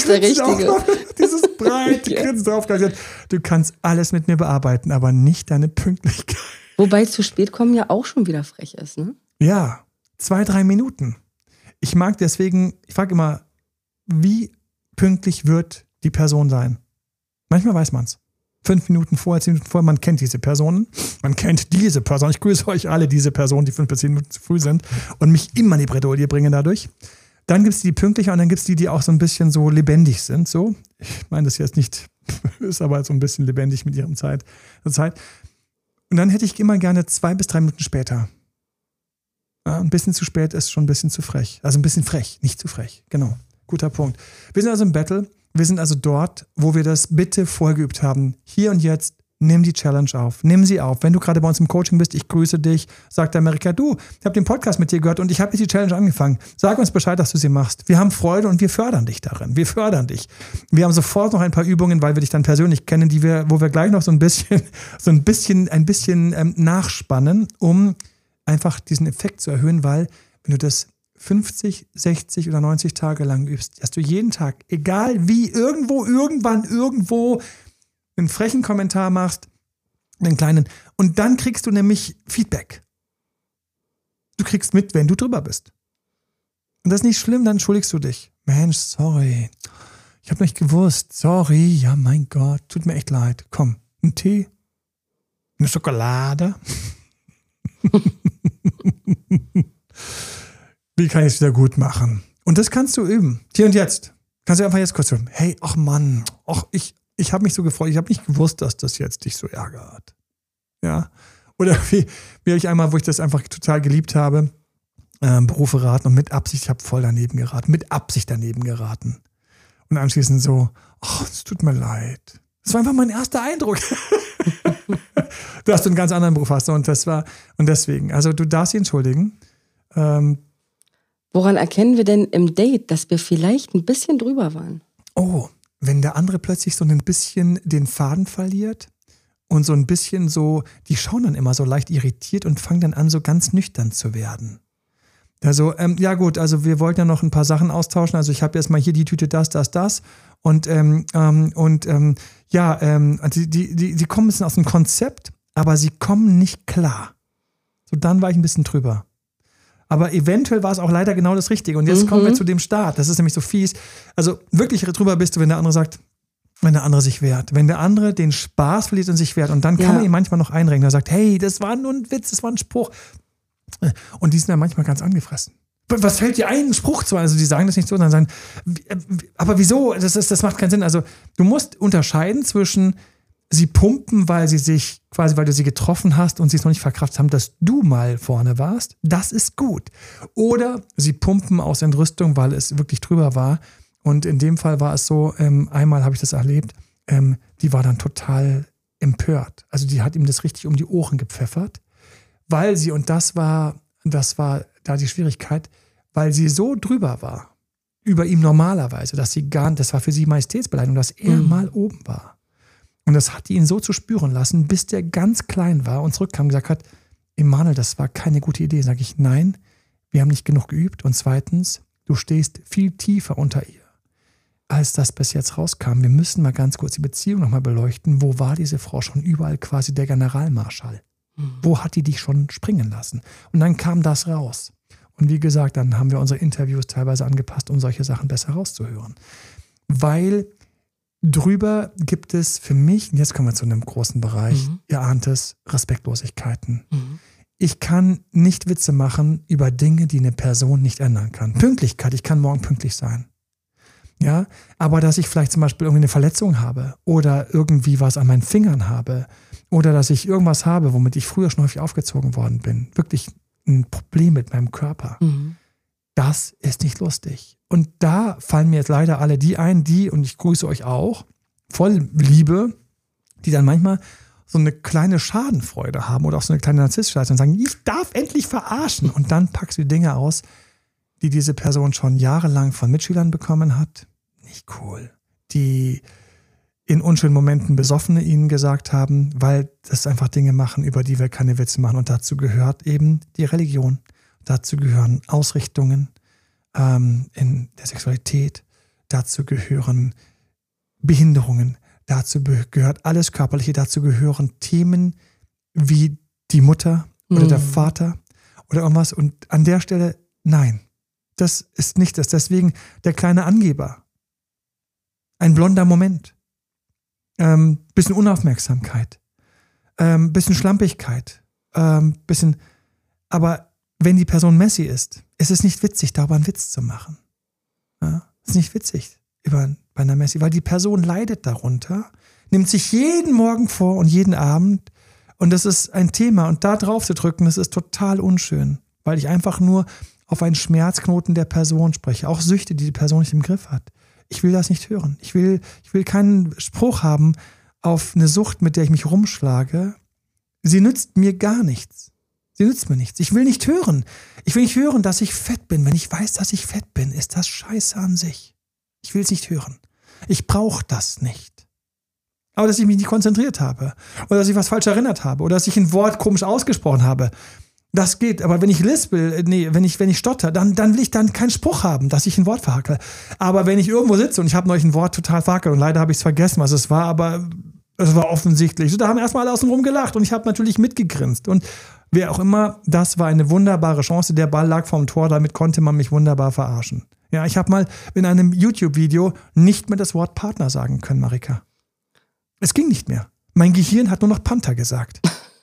Grinsen drauf gehalten. Du kannst alles mit mir bearbeiten, aber nicht deine Pünktlichkeit. Wobei zu spät kommen ja auch schon wieder frech ist, ne? Ja, 2-3 Minuten. Ich frage immer, wie pünktlich wird die Person sein? Manchmal weiß man es. 5 Minuten vorher, 10 Minuten vorher, man kennt diese Personen. Ich grüße euch alle, diese Personen, die 5 bis 10 Minuten zu früh sind und mich immer in die Bredouille bringen dadurch. Dann gibt es die pünktlicher und dann gibt es die auch so ein bisschen so lebendig sind. So. Ich meine das jetzt nicht, ist aber so ein bisschen lebendig mit ihrem Zeit. Und dann hätte ich immer gerne 2 bis 3 Minuten später. Ja, ein bisschen zu spät ist schon ein bisschen zu frech. Also ein bisschen frech, nicht zu frech. Genau, guter Punkt. Wir sind also im Battle. Wir sind also dort, wo wir das bitte vorgeübt haben. Hier und jetzt, nimm die Challenge auf. Nimm sie auf. Wenn du gerade bei uns im Coaching bist, ich grüße dich, sagt der Amerika, ich habe den Podcast mit dir gehört und ich habe jetzt die Challenge angefangen. Sag uns Bescheid, dass du sie machst. Wir haben Freude und wir fördern dich darin. Wir fördern dich. Wir haben sofort noch ein paar Übungen, weil wir dich dann persönlich kennen, wo wir gleich noch ein bisschen nachspannen, um einfach diesen Effekt zu erhöhen, weil wenn du das 50, 60 oder 90 Tage lang übst, dass du jeden Tag, egal wie, irgendwo einen frechen Kommentar machst, einen kleinen, und dann kriegst du nämlich Feedback. Du kriegst mit, wenn du drüber bist. Und das ist nicht schlimm, dann entschuldigst du dich. Mensch, sorry. Ich habe nicht gewusst. Sorry, ja mein Gott, tut mir echt leid. Komm, ein Tee? Eine Schokolade? Wie kann ich es wieder gut machen? Und das kannst du üben. Hier und jetzt. Kannst du einfach jetzt kurz üben. Hey, ach Mann, ich habe mich so gefreut. Ich habe nicht gewusst, dass das jetzt dich so ärgert. Ja. Oder wie ich einmal, wo ich das einfach total geliebt habe, Berufe raten und mit Absicht, ich habe voll daneben geraten. Und anschließend so, es tut mir leid. Das war einfach mein erster Eindruck. Dass du einen ganz anderen Beruf hast. Und deswegen, also du darfst dich entschuldigen. Woran erkennen wir denn im Date, dass wir vielleicht ein bisschen drüber waren? Oh, wenn der andere plötzlich so ein bisschen den Faden verliert und so ein bisschen so, die schauen dann immer so leicht irritiert und fangen dann an, so ganz nüchtern zu werden. Also, ja gut, also wir wollten ja noch ein paar Sachen austauschen. Also ich habe jetzt mal hier die Tüte das. Und die kommen ein bisschen aus dem Konzept, aber sie kommen nicht klar. So, dann war ich ein bisschen drüber. Aber eventuell war es auch leider genau das Richtige. Und jetzt kommen wir zu dem Start. Das ist nämlich so fies. Also wirklich drüber bist du, wenn der andere sagt, wenn der andere sich wehrt. Wenn der andere den Spaß verliert und sich wehrt. Und dann kann man ihn manchmal noch einreden. Er sagt, hey, das war nur ein Witz, das war ein Spruch. Und die sind dann manchmal ganz angefressen. Was fällt dir ein, einen Spruch zu? Also die sagen das nicht so, sondern sagen, aber wieso? Das macht keinen Sinn. Also du musst unterscheiden zwischen sie pumpen, weil sie sich, quasi weil du sie getroffen hast und sie es noch nicht verkraftet haben, dass du mal vorne warst. Das ist gut. Oder sie pumpen aus Entrüstung, weil es wirklich drüber war. Und in dem Fall war es so, einmal habe ich das erlebt, die war dann total empört. Also die hat ihm das richtig um die Ohren gepfeffert, weil sie, und das war da die Schwierigkeit, weil sie so drüber war, über ihm normalerweise, dass das war für sie Majestätsbeleidigung, dass er mal oben war. Und das hat ihn so zu spüren lassen, bis der ganz klein war und zurückkam und gesagt hat, Emanuel, das war keine gute Idee. Sag ich, nein, wir haben nicht genug geübt. Und zweitens, du stehst viel tiefer unter ihr, als das bis jetzt rauskam. Wir müssen mal ganz kurz die Beziehung nochmal beleuchten. Wo war diese Frau schon überall quasi der Generalmarschall? Wo hat die dich schon springen lassen? Und dann kam das raus. Und wie gesagt, dann haben wir unsere Interviews teilweise angepasst, um solche Sachen besser rauszuhören. Weil drüber gibt es für mich, und jetzt kommen wir zu einem großen Bereich, ihr ahnt es, Respektlosigkeiten. Ich kann nicht Witze machen über Dinge, die eine Person nicht ändern kann. Pünktlichkeit, ich kann morgen pünktlich sein. Ja, aber dass ich vielleicht zum Beispiel irgendwie eine Verletzung habe oder irgendwie was an meinen Fingern habe oder dass ich irgendwas habe, womit ich früher schon häufig aufgezogen worden bin, wirklich ein Problem mit meinem Körper, das ist nicht lustig. Und da fallen mir jetzt leider alle die ein, und ich grüße euch auch, voll Liebe, die dann manchmal so eine kleine Schadenfreude haben oder auch so eine kleine Narzisstische und sagen, ich darf endlich verarschen. Und dann packst du die Dinge aus, die diese Person schon jahrelang von Mitschülern bekommen hat. Nicht cool. Die in unschönen Momenten Besoffene ihnen gesagt haben, weil das einfach Dinge machen, über die wir keine Witze machen. Und dazu gehört eben die Religion. Dazu gehören Ausrichtungen in der Sexualität. Dazu gehören Behinderungen. Dazu gehört alles Körperliche. Dazu gehören Themen wie die Mutter oder der Vater oder irgendwas. Und an der Stelle, nein, das ist nicht das. Deswegen der kleine Angeber. Ein blonder Moment. Bisschen Unaufmerksamkeit. Bisschen Schlampigkeit. Aber wenn die Person Messi ist, es ist nicht witzig, darüber einen Witz zu machen. Ja? Es ist nicht witzig bei einer Messi, weil die Person leidet darunter, nimmt sich jeden Morgen vor und jeden Abend und das ist ein Thema und da drauf zu drücken, das ist total unschön, weil ich einfach nur auf einen Schmerzknoten der Person spreche, auch Süchte, die Person nicht im Griff hat. Ich will das nicht hören. Ich will keinen Spruch haben auf eine Sucht, mit der ich mich rumschlage. Sie nützt mir gar nichts. Sie nützt mir nichts. Ich will nicht hören. Ich will nicht hören, dass ich fett bin. Wenn ich weiß, dass ich fett bin, ist das scheiße an sich. Ich will es nicht hören. Ich brauche das nicht. Aber dass ich mich nicht konzentriert habe oder dass ich was falsch erinnert habe oder dass ich ein Wort komisch ausgesprochen habe, das geht. Aber wenn ich lispel, wenn ich stotter, dann will ich dann keinen Spruch haben, dass ich ein Wort verhackle. Aber wenn ich irgendwo sitze und ich habe neulich ein Wort total verhackelt und leider habe ich es vergessen, was es war, aber es war offensichtlich. Da haben erstmal alle außenrum gelacht und ich habe natürlich mitgegrinst. Und wer auch immer, das war eine wunderbare Chance. Der Ball lag vorm Tor, damit konnte man mich wunderbar verarschen. Ja, ich habe mal in einem YouTube-Video nicht mehr das Wort Partner sagen können, Marika. Es ging nicht mehr. Mein Gehirn hat nur noch Panther gesagt.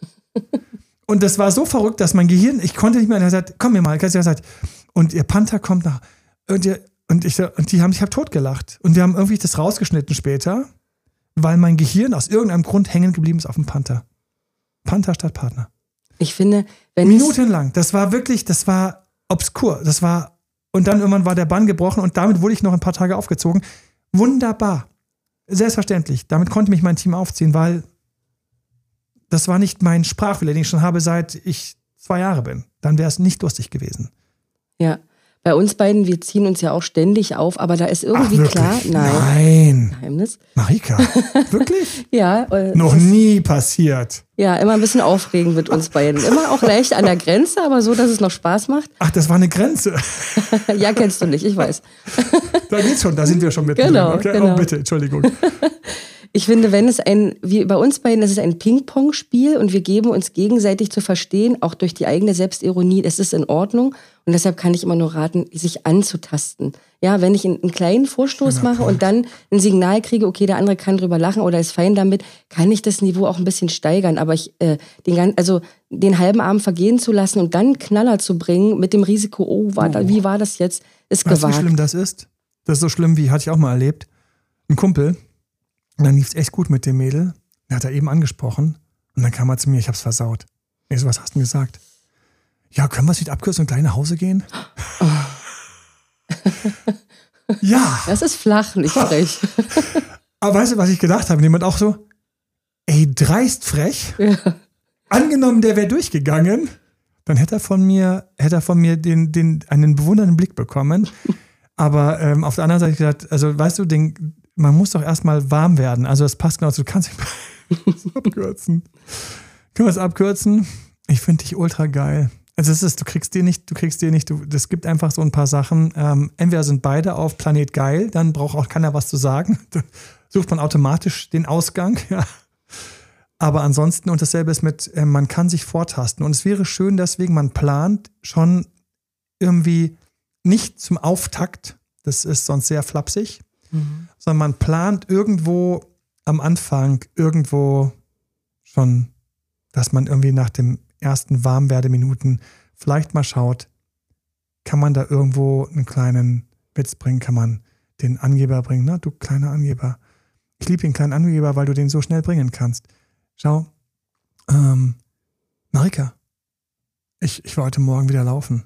Und das war so verrückt, dass mein Gehirn, ich konnte nicht mehr, er sagt, komm mir mal, und ihr Panther kommt nach, und die haben sich totgelacht. Und wir haben irgendwie das rausgeschnitten später, weil mein Gehirn aus irgendeinem Grund hängen geblieben ist auf dem Panther. Panther statt Partner. Ich finde, wenn minutenlang, das war obskur, und dann irgendwann war der Bann gebrochen und damit wurde ich noch ein paar Tage aufgezogen. Wunderbar. Selbstverständlich. Damit konnte mich mein Team aufziehen, weil das war nicht mein Sprachfehler, den ich schon habe, seit ich 2 Jahre bin. Dann wäre es nicht lustig gewesen. Ja, bei uns beiden, wir ziehen uns ja auch ständig auf, aber da ist irgendwie klar, nein. Geheimnis. Marika, wirklich? Ja. Noch nie passiert. Ja, immer ein bisschen aufregend mit uns beiden. Immer auch leicht an der Grenze, aber so, dass es noch Spaß macht. Ach, das war eine Grenze. Ja, kennst du nicht, ich weiß. Da geht's schon, da sind wir schon mit. Genau, drin. Okay? Genau. Oh, bitte, Entschuldigung. Ich finde, wie bei uns beiden, das ist ein Ping-Pong-Spiel und wir geben uns gegenseitig zu verstehen, auch durch die eigene Selbstironie, es ist in Ordnung. Und deshalb kann ich immer nur raten, sich anzutasten. Ja, wenn ich einen kleinen Vorstoß mache und dann ein Signal kriege, okay, der andere kann drüber lachen oder ist fein damit, kann ich das Niveau auch ein bisschen steigern. Aber den halben Abend vergehen zu lassen und dann einen Knaller zu bringen mit dem Risiko, wie war das jetzt, ist gewagt. Weißt du, wie schlimm das ist? Das ist so schlimm, hatte ich auch mal erlebt. Ein Kumpel, und dann lief es echt gut mit dem Mädel. Der hat er eben angesprochen. Und dann kam er zu mir, ich hab's versaut. Ich so, was hast du denn gesagt? Ja, können wir es nicht abkürzen und gleich nach Hause gehen? Oh. Ja. Das ist flach, nicht frech. Aber weißt du, was ich gedacht habe? Jemand auch so, ey, dreist frech. Ja. Angenommen, der wäre durchgegangen, dann hätte er von mir einen bewundernden Blick bekommen. Aber auf der anderen Seite gedacht, also weißt du, man muss doch erstmal warm werden. Also das passt genau zu, du kannst es abkürzen. Können wir es abkürzen? Ich finde dich ultra geil. Also du kriegst dir nicht, das gibt einfach so ein paar Sachen. Entweder sind beide auf Planet geil, dann braucht auch keiner was zu sagen. Dann sucht man automatisch den Ausgang. Ja. Aber ansonsten, und dasselbe ist mit, man kann sich vortasten. Und es wäre schön, deswegen, man plant schon irgendwie nicht zum Auftakt, das ist sonst sehr flapsig, sondern man plant irgendwo am Anfang, irgendwo schon, dass man irgendwie nach dem ersten Warmwerdeminuten vielleicht mal schaut, kann man da irgendwo einen kleinen Witz bringen, kann man den Angeber bringen, na, du kleiner Angeber. Ich liebe den kleinen Angeber, weil du den so schnell bringen kannst. Schau, Marika, ich war heute Morgen wieder laufen.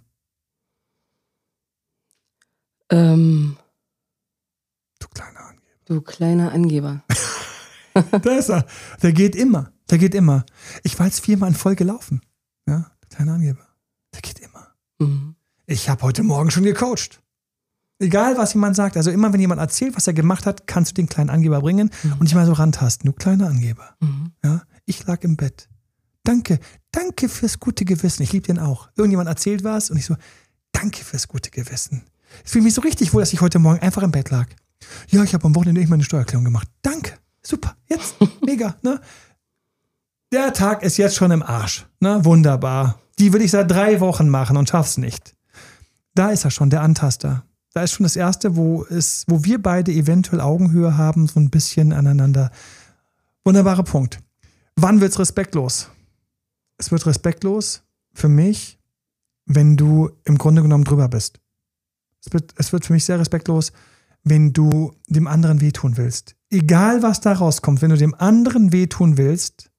Du kleiner Angeber. Du kleiner Angeber. Da ist er. Der geht immer. Ich war jetzt 4-mal in Folge gelaufen. Ja, der kleine Angeber. Der geht immer. Mhm. Ich habe heute Morgen schon gecoacht. Egal, was jemand sagt. Also immer, wenn jemand erzählt, was er gemacht hat, kannst du den kleinen Angeber bringen und nicht mal so rantasten. Du kleiner Angeber. Mhm. Ja, ich lag im Bett. Danke fürs gute Gewissen. Ich liebe den auch. Irgendjemand erzählt was und ich so, danke fürs gute Gewissen. Ich fühle mich so richtig wohl, dass ich heute Morgen einfach im Bett lag. Ja, ich habe am Wochenende nicht meine Steuererklärung gemacht. Danke. Super. Jetzt. Mega. Ne? Der Tag ist jetzt schon im Arsch. Ne? Wunderbar. Die will ich seit 3 Wochen machen und schaff's nicht. Da ist er schon, der Antaster. Da ist schon das Erste, wo wir beide eventuell Augenhöhe haben, so ein bisschen aneinander. Wunderbarer Punkt. Wann wird's respektlos? Es wird respektlos für mich, wenn du im Grunde genommen drüber bist. Es wird für mich sehr respektlos, wenn du dem anderen wehtun willst. Egal, was da rauskommt, wenn du dem anderen wehtun willst,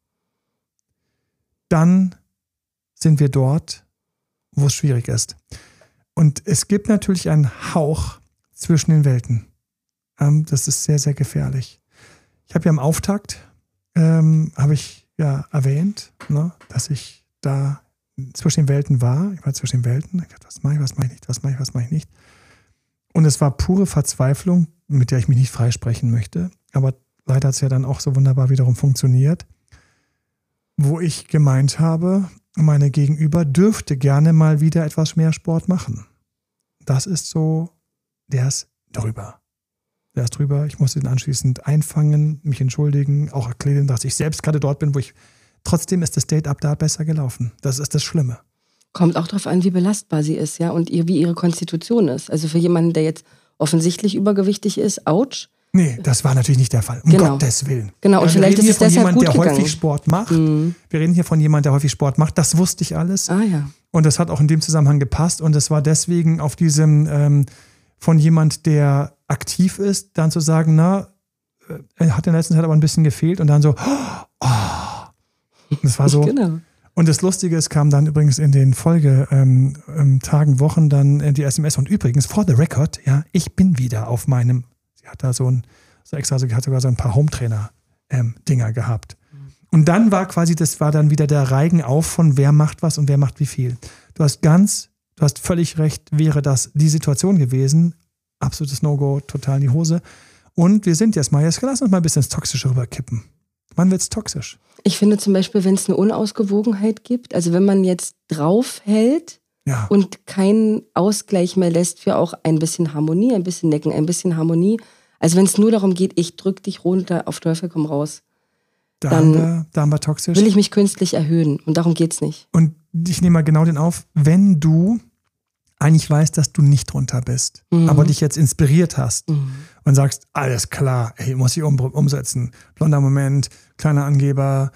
dann sind wir dort, wo es schwierig ist. Und es gibt natürlich einen Hauch zwischen den Welten. Das ist sehr, sehr gefährlich. Ich habe ja im Auftakt, habe ich ja erwähnt, ne, dass ich da zwischen den Welten war. Ich war zwischen den Welten. Ich dachte, was mache ich nicht. Und es war pure Verzweiflung, mit der ich mich nicht freisprechen möchte. Aber leider hat es ja dann auch so wunderbar wiederum funktioniert, wo ich gemeint habe, meine Gegenüber dürfte gerne mal wieder etwas mehr Sport machen. Das ist so, der ist drüber. Ich musste ihn anschließend einfangen, mich entschuldigen, auch erklären, dass ich selbst gerade dort bin, trotzdem ist das Date ab da besser gelaufen. Das ist das Schlimme. Kommt auch darauf an, wie belastbar sie ist, ja, und wie ihre Konstitution ist. Also für jemanden, der jetzt offensichtlich übergewichtig ist, ouch. Nee, das war natürlich nicht der Fall. Um Gottes Willen. Genau, und vielleicht ist es deshalb gut gegangen. Häufig Sport macht. Wir reden hier von jemandem, der häufig Sport macht. Das wusste ich alles. Ah ja. Und das hat auch in dem Zusammenhang gepasst. Und es war deswegen auf diesem, von jemand, der aktiv ist, dann zu sagen, er hat in der letzten Zeit aber ein bisschen gefehlt. Und dann so, das war so. Genau. Und das Lustige ist, kam dann übrigens in den Tagen, Wochen dann die SMS. Und übrigens, for the record, ja, ich bin wieder auf meinem, sie hat da hat sogar so ein paar Hometrainer-Dinger gehabt. Und dann war das war dann wieder der Reigen auf von wer macht was und wer macht wie viel. Du hast völlig recht, wäre das die Situation gewesen. Absolutes No-Go, total in die Hose. Und wir sind jetzt lass uns mal ein bisschen ins Toxische rüberkippen. Wann wird's toxisch? Ich finde zum Beispiel, wenn es eine Unausgewogenheit gibt, also wenn man jetzt draufhält und keinen Ausgleich mehr lässt für auch ein bisschen Harmonie, ein bisschen Necken, ein bisschen Harmonie, Also wenn es nur darum geht, ich drück dich runter, auf Teufel komm raus, da haben wir toxisch. Will ich mich künstlich erhöhen und darum geht's nicht. Und ich nehme mal genau den auf, wenn du eigentlich weißt, dass du nicht drunter bist, aber dich jetzt inspiriert hast und sagst, alles klar, hey, muss ich umsetzen. Blonder Moment, kleiner Angeber,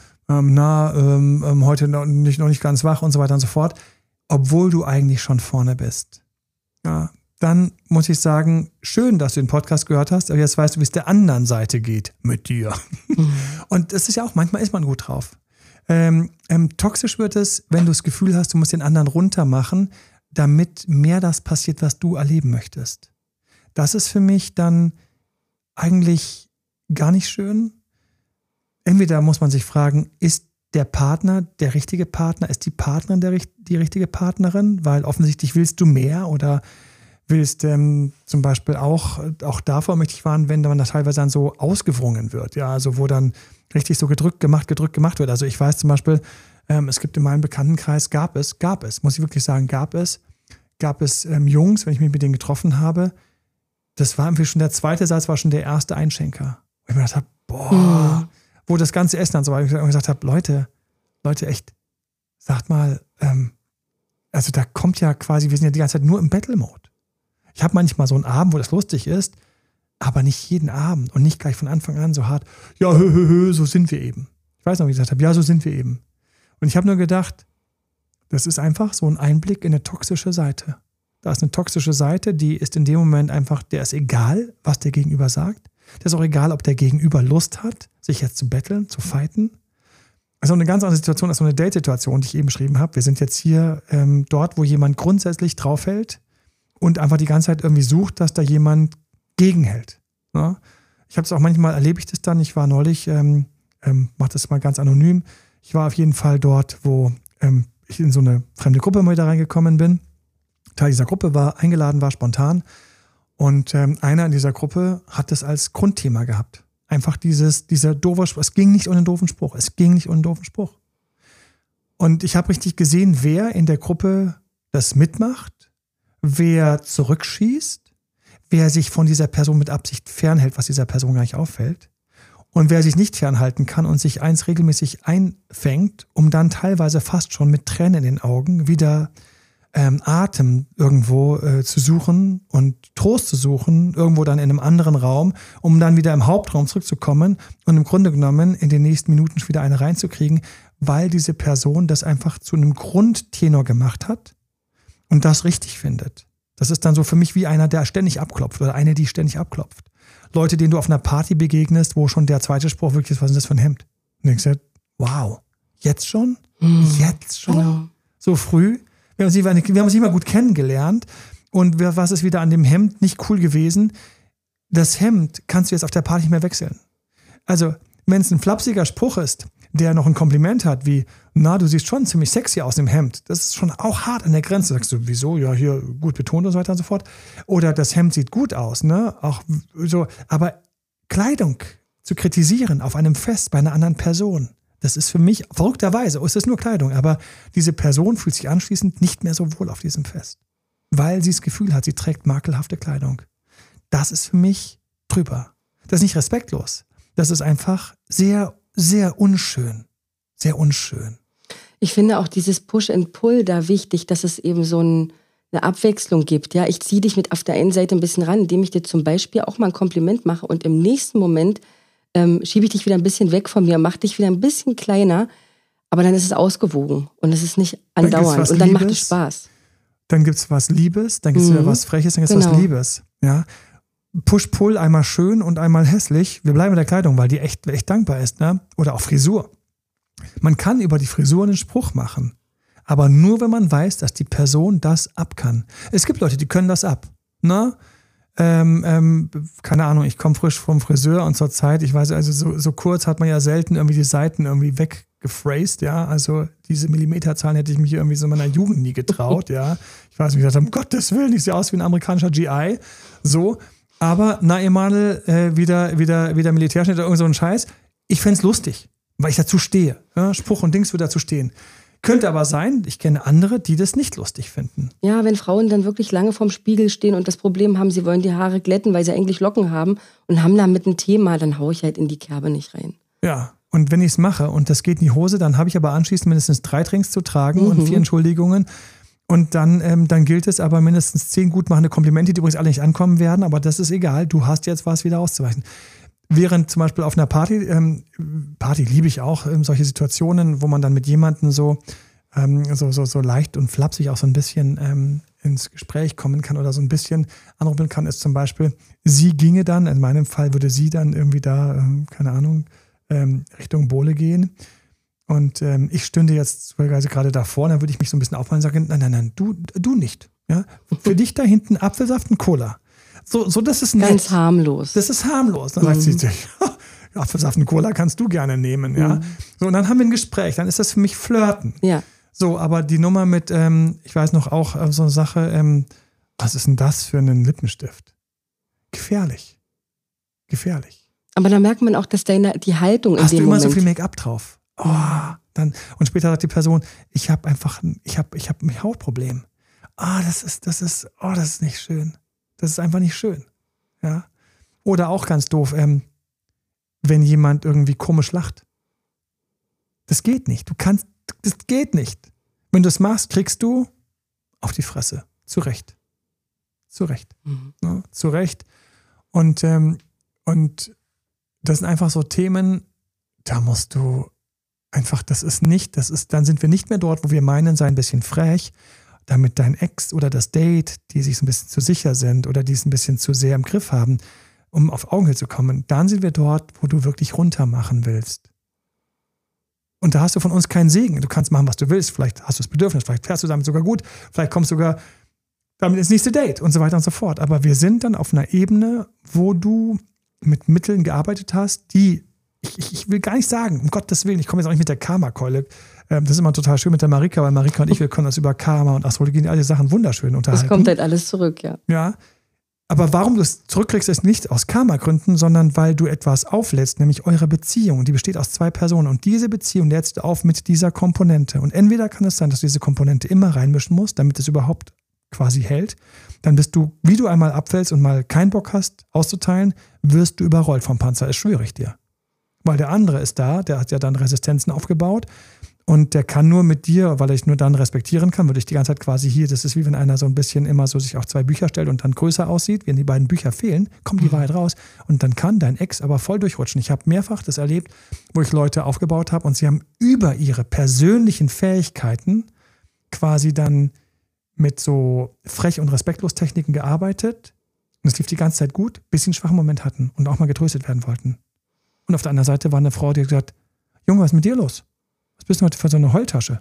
heute noch nicht ganz wach und so weiter und so fort. Obwohl du eigentlich schon vorne bist. Ja, dann muss ich sagen, schön, dass du den Podcast gehört hast, aber jetzt weißt du, wie es der anderen Seite geht mit dir. Und das ist ja auch, manchmal ist man gut drauf. Toxisch wird es, wenn du das Gefühl hast, du musst den anderen runter machen, damit mehr das passiert, was du erleben möchtest. Das ist für mich dann eigentlich gar nicht schön. Entweder muss man sich fragen, ist der Partner der richtige Partner? Ist die Partnerin die richtige Partnerin? Weil offensichtlich willst du mehr oder willst zum Beispiel auch davor möchte ich warnen, wenn man da teilweise dann so ausgewrungen wird. Ja, also wo dann richtig so gedrückt gemacht wird. Also ich weiß zum Beispiel, es gibt in meinem Bekanntenkreis, gab es, muss ich wirklich sagen, gab es Jungs, wenn ich mich mit denen getroffen habe, das war irgendwie schon der zweite Satz, war schon der erste Einschenker. Und ich mir gedacht habe, wo das ganze Essen dann so war, ich gesagt habe, Leute, echt, sagt mal, also da kommt ja quasi, wir sind ja die ganze Zeit nur im Battle-Mode. Ich habe manchmal so einen Abend, wo das lustig ist, aber nicht jeden Abend und nicht gleich von Anfang an so hart, ja, so sind wir eben. Ich weiß noch, wie ich gesagt habe, ja, so sind wir eben. Und ich habe nur gedacht, das ist einfach so ein Einblick in eine toxische Seite. Da ist eine toxische Seite, die ist in dem Moment einfach, der ist egal, was der Gegenüber sagt. Der ist auch egal, ob der Gegenüber Lust hat, sich jetzt zu betteln, zu fighten. Also eine ganz andere Situation als so eine Date-Situation, die ich eben beschrieben habe. Wir sind jetzt hier dort, wo jemand grundsätzlich draufhält und einfach die ganze Zeit irgendwie sucht, dass da jemand gegenhält. Ja? Ich habe es auch manchmal, erlebe ich das dann. Ich war neulich, mache das mal ganz anonym. Ich war auf jeden Fall dort, wo ich in so eine fremde Gruppe mal wieder reingekommen bin. Teil dieser Gruppe war eingeladen, war spontan. Und einer in dieser Gruppe hat das als Grundthema gehabt. Einfach dieser doofe Spruch. Es ging nicht um einen doofen Spruch. Und ich habe richtig gesehen, wer in der Gruppe das mitmacht, wer zurückschießt, wer sich von dieser Person mit Absicht fernhält, was dieser Person gar nicht auffällt. Und wer sich nicht fernhalten kann und sich eins regelmäßig einfängt, um dann teilweise fast schon mit Tränen in den Augen wieder Atem irgendwo zu suchen und Trost zu suchen, irgendwo dann in einem anderen Raum, um dann wieder im Hauptraum zurückzukommen und im Grunde genommen in den nächsten Minuten schon wieder eine reinzukriegen, weil diese Person das einfach zu einem Grundtenor gemacht hat und das richtig findet. Das ist dann so für mich wie einer, der ständig abklopft oder eine, die ständig abklopft. Leute, denen du auf einer Party begegnest, wo schon der zweite Spruch wirklich ist, was ist das für ein Hemd? Und denkst du, wow, jetzt schon? Jetzt schon? Genau. So früh? Wir haben uns nicht mal gut kennengelernt. Und was ist wieder an dem Hemd nicht cool gewesen? Das Hemd kannst du jetzt auf der Party nicht mehr wechseln. Also, wenn es ein flapsiger Spruch ist, der noch ein Kompliment hat, wie, na, du siehst schon ziemlich sexy aus dem Hemd. Das ist schon auch hart an der Grenze. Sagst du, wieso? Ja, hier gut betont und so weiter und so fort. Oder das Hemd sieht gut aus, ne? Auch so. Aber Kleidung zu kritisieren auf einem Fest bei einer anderen Person, das ist für mich, verrückterweise, es ist nur Kleidung, aber diese Person fühlt sich anschließend nicht mehr so wohl auf diesem Fest. Weil sie das Gefühl hat, sie trägt makelhafte Kleidung. Das ist für mich drüber. Das ist nicht respektlos. Das ist einfach sehr, sehr unschön. Sehr unschön. Ich finde auch dieses Push and Pull da wichtig, dass es eben so eine Abwechslung gibt. Ja, ich ziehe dich mit auf der einen Seite ein bisschen ran, indem ich dir zum Beispiel auch mal ein Kompliment mache und im nächsten Moment schiebe ich dich wieder ein bisschen weg von mir, mache dich wieder ein bisschen kleiner, aber dann ist es ausgewogen und es ist nicht andauernd und dann macht es Spaß. Dann gibt es was Liebes, dann gibt es wieder was Freches, dann gibt es was Liebes. Ja? Push-Pull, einmal schön und einmal hässlich. Wir bleiben bei der Kleidung, weil die echt dankbar ist. Ne? Oder auch Frisur. Man kann über die Frisur einen Spruch machen, aber nur, wenn man weiß, dass die Person das ab kann. Es gibt Leute, die können das ab. Ne? Keine Ahnung, ich komme frisch vom Friseur und zur Zeit, ich weiß, also so kurz hat man ja selten irgendwie die Seiten irgendwie weggephrased, ja, also diese Millimeterzahlen hätte ich mich irgendwie so in meiner Jugend nie getraut, ja. Ich weiß nicht, ich dachte, um Gottes Willen, ich sehe aus wie ein amerikanischer GI, so, aber Emanuel, wieder Militärschnitt oder irgend so ein Scheiß, ich fänd's lustig, weil ich dazu stehe, ja? Spruch und Dings würde dazu stehen. Könnte aber sein, ich kenne andere, die das nicht lustig finden. Ja, wenn Frauen dann wirklich lange vorm Spiegel stehen und das Problem haben, sie wollen die Haare glätten, weil sie eigentlich Locken haben und haben damit ein Thema, dann haue ich halt in die Kerbe nicht rein. Ja, und wenn ich es mache und das geht in die Hose, dann habe ich aber anschließend mindestens 3 Drinks zu tragen und 4 Entschuldigungen. Und dann gilt es aber mindestens 10 gutmachende Komplimente, die übrigens alle nicht ankommen werden, aber das ist egal, du hast jetzt was wieder auszuweichen. Während zum Beispiel auf einer Party liebe ich auch, solche Situationen, wo man dann mit jemandem so leicht und flapsig auch so ein bisschen ins Gespräch kommen kann oder so ein bisschen anrufen kann, ist zum Beispiel, sie ginge dann, in meinem Fall würde sie dann irgendwie da, keine Ahnung, Richtung Bohle gehen und ich stünde jetzt gerade davor, dann würde ich mich so ein bisschen aufmachen und sagen, nein, du nicht. Ja? Für dich da hinten Apfelsaft und Cola. So, das ist nett. Ganz harmlos. Das ist harmlos. Dann sagt sie, Apfelsaft und Cola kannst du gerne nehmen. Ja? So, und dann haben wir ein Gespräch. Dann ist das für mich Flirten. Ja. So, aber die Nummer mit, ich weiß noch auch so eine Sache, was ist denn das für einen Lippenstift? Gefährlich. Aber da merkt man auch, dass die Haltung in Hast dem du immer Moment... so viel Make-up drauf? Und später sagt die Person, ich habe ein Hautproblem. Das ist nicht schön. Das ist einfach nicht schön. Ja? Oder auch ganz doof, wenn jemand irgendwie komisch lacht. Das geht nicht. Das geht nicht. Wenn du es machst, kriegst du auf die Fresse. Zu Recht. Ja, zu Recht. Und das sind einfach so Themen, da musst du einfach, dann sind wir nicht mehr dort, wo wir meinen, sei ein bisschen frech, damit dein Ex oder das Date, die sich so ein bisschen zu sicher sind oder die es ein bisschen zu sehr im Griff haben, um auf Augenhöhe zu kommen, dann sind wir dort, wo du wirklich runter machen willst. Und da hast du von uns keinen Segen. Du kannst machen, was du willst. Vielleicht hast du das Bedürfnis, vielleicht fährst du damit sogar gut, vielleicht kommst du sogar damit ins nächste Date und so weiter und so fort. Aber wir sind dann auf einer Ebene, wo du mit Mitteln gearbeitet hast, die, ich will gar nicht sagen, um Gottes Willen, ich komme jetzt auch nicht mit der Karma-Keule. Das ist immer total schön mit der Marika, weil Marika und ich, wir können uns über Karma und Astrologie und all die Sachen wunderschön unterhalten. Das kommt halt alles zurück, ja. Ja, aber warum du es zurückkriegst, ist nicht aus Karma-Gründen, sondern weil du etwas auflädst, nämlich eure Beziehung. Die besteht aus 2 Personen und diese Beziehung lädst du auf mit dieser Komponente. Und entweder kann es sein, dass du diese Komponente immer reinmischen musst, damit es überhaupt quasi hält. Dann bist du, wie du einmal abfällst und mal keinen Bock hast, auszuteilen, wirst du überrollt vom Panzer, das schwöre ich dir. Weil der andere ist da, der hat ja dann Resistenzen aufgebaut und der kann nur mit dir, weil er dich nur dann respektieren kann, würde ich die ganze Zeit quasi hier, das ist wie wenn einer so ein bisschen immer so sich auf 2 Bücher stellt und dann größer aussieht, wenn die beiden Bücher fehlen, kommt die Wahrheit raus und dann kann dein Ex aber voll durchrutschen. Ich habe mehrfach das erlebt, wo ich Leute aufgebaut habe und sie haben über ihre persönlichen Fähigkeiten quasi dann mit so frech und respektlos Techniken gearbeitet und es lief die ganze Zeit gut, bis sie einen schwachen Moment hatten und auch mal getröstet werden wollten. Und auf der anderen Seite war eine Frau, die hat gesagt, Junge, was ist mit dir los? Was bist du heute für so eine Heultasche?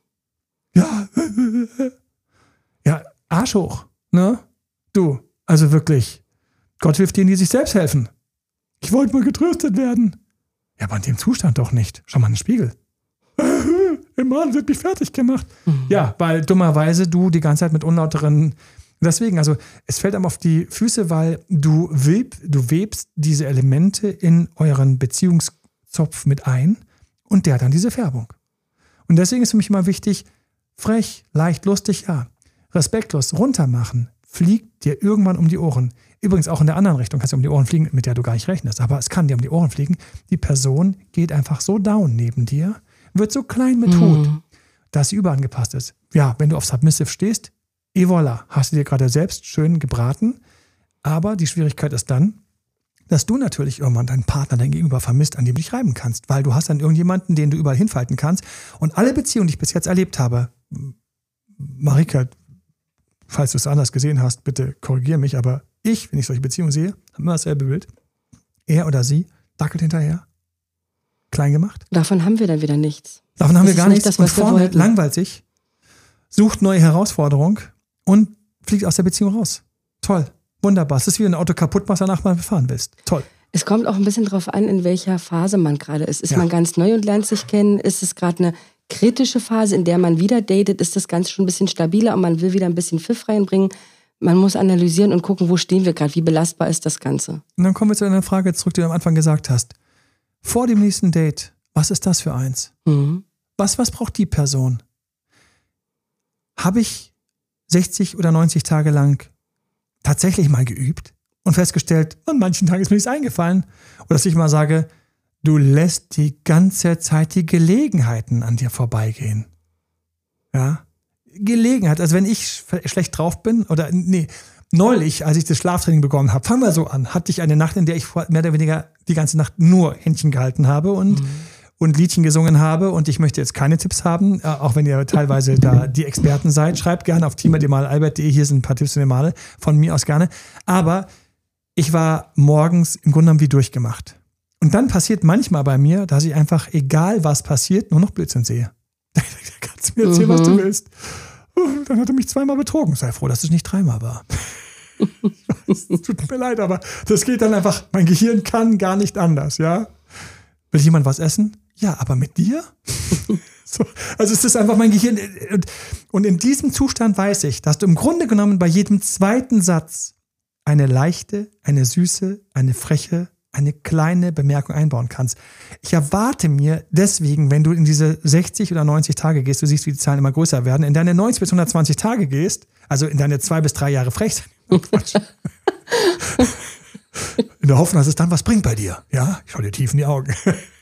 Ja, Arsch hoch, ne? Du, also wirklich, Gott hilft denen, die sich selbst helfen. Ich wollte mal getröstet werden. Ja, aber in dem Zustand doch nicht. Schau mal in den Spiegel. Mann, wird mich fertig gemacht. Ja, weil dummerweise du die ganze Zeit mit unlauteren... Deswegen, also es fällt einem auf die Füße, weil du webst diese Elemente in euren Beziehungszopf mit ein und der hat dann diese Färbung. Und deswegen ist für mich immer wichtig, frech, leicht, lustig, ja. Respektlos, runtermachen, fliegt dir irgendwann um die Ohren. Übrigens auch in der anderen Richtung kannst du um die Ohren fliegen, mit der du gar nicht rechnest. Aber es kann dir um die Ohren fliegen. Die Person geht einfach so down neben dir, wird so klein mit Hut, dass sie überangepasst ist. Ja, wenn du auf Submissive stehst, et voilà, hast du dir gerade selbst schön gebraten. Aber die Schwierigkeit ist dann, dass du natürlich irgendwann deinen Partner, dein Gegenüber vermisst, an dem du dich reiben kannst. Weil du hast dann irgendjemanden, den du überall hinfalten kannst. Und alle Beziehungen, die ich bis jetzt erlebt habe, Marika, falls du es anders gesehen hast, bitte korrigiere mich, aber wenn ich solche Beziehungen sehe, habe immer dasselbe Bild. Er oder sie dackelt hinterher, klein gemacht. Davon haben wir dann wieder nichts. Davon haben wir gar nichts. Das, und vorne langweilt sich, sucht neue Herausforderung und fliegt aus der Beziehung raus. Toll, wunderbar. Es ist wie ein Auto kaputt machst, danach mal fahren willst. Toll. Es kommt auch ein bisschen drauf an, in welcher Phase man gerade ist. Ist man ganz neu und lernt sich kennen? Ist es gerade eine kritische Phase, in der man wieder datet? Ist das Ganze schon ein bisschen stabiler und man will wieder ein bisschen Pfiff reinbringen? Man muss analysieren und gucken, wo stehen wir gerade, wie belastbar ist das Ganze. Und dann kommen wir zu einer Frage zurück, die du am Anfang gesagt hast. Vor dem nächsten Date, was ist das für eins? Was braucht die Person? habe ich 60 oder 90 Tage lang tatsächlich mal geübt und festgestellt, an manchen Tagen ist mir nichts eingefallen. Oder dass ich mal sage, du lässt die ganze Zeit die Gelegenheiten an dir vorbeigehen. Ja, Gelegenheit. Also wenn ich schlecht drauf bin neulich, als ich das Schlaftraining begonnen habe, fangen wir so an, hatte ich eine Nacht, in der ich mehr oder weniger die ganze Nacht nur Händchen gehalten habe und Liedchen gesungen habe, und ich möchte jetzt keine Tipps haben, auch wenn ihr teilweise da die Experten seid. Schreibt gerne auf team@emanuelalbert.de, hier sind ein paar Tipps zu dem Male, von mir aus gerne. Aber ich war morgens im Grunde genommen wie durchgemacht. Und dann passiert manchmal bei mir, dass ich einfach, egal was passiert, nur noch Blödsinn sehe. Da kannst du mir erzählen, was du willst. Dann hat er mich 2-mal betrogen. Sei froh, dass es nicht 3-mal war. Es tut mir leid, aber das geht dann einfach, mein Gehirn kann gar nicht anders, ja. Will jemand was essen? Ja, aber mit dir? So, also es ist einfach mein Gehirn. Und in diesem Zustand weiß ich, dass du im Grunde genommen bei jedem zweiten Satz eine leichte, eine süße, eine freche, eine kleine Bemerkung einbauen kannst. Ich erwarte mir deswegen, wenn du in diese 60 oder 90 Tage gehst, du siehst, wie die Zahlen immer größer werden, in deine 90 bis 120 Tage gehst, also in deine 2 bis 3 Jahre frech sein. Quatsch. In der Hoffnung, dass es dann was bringt bei dir. Ja, ich schau dir tief in die Augen.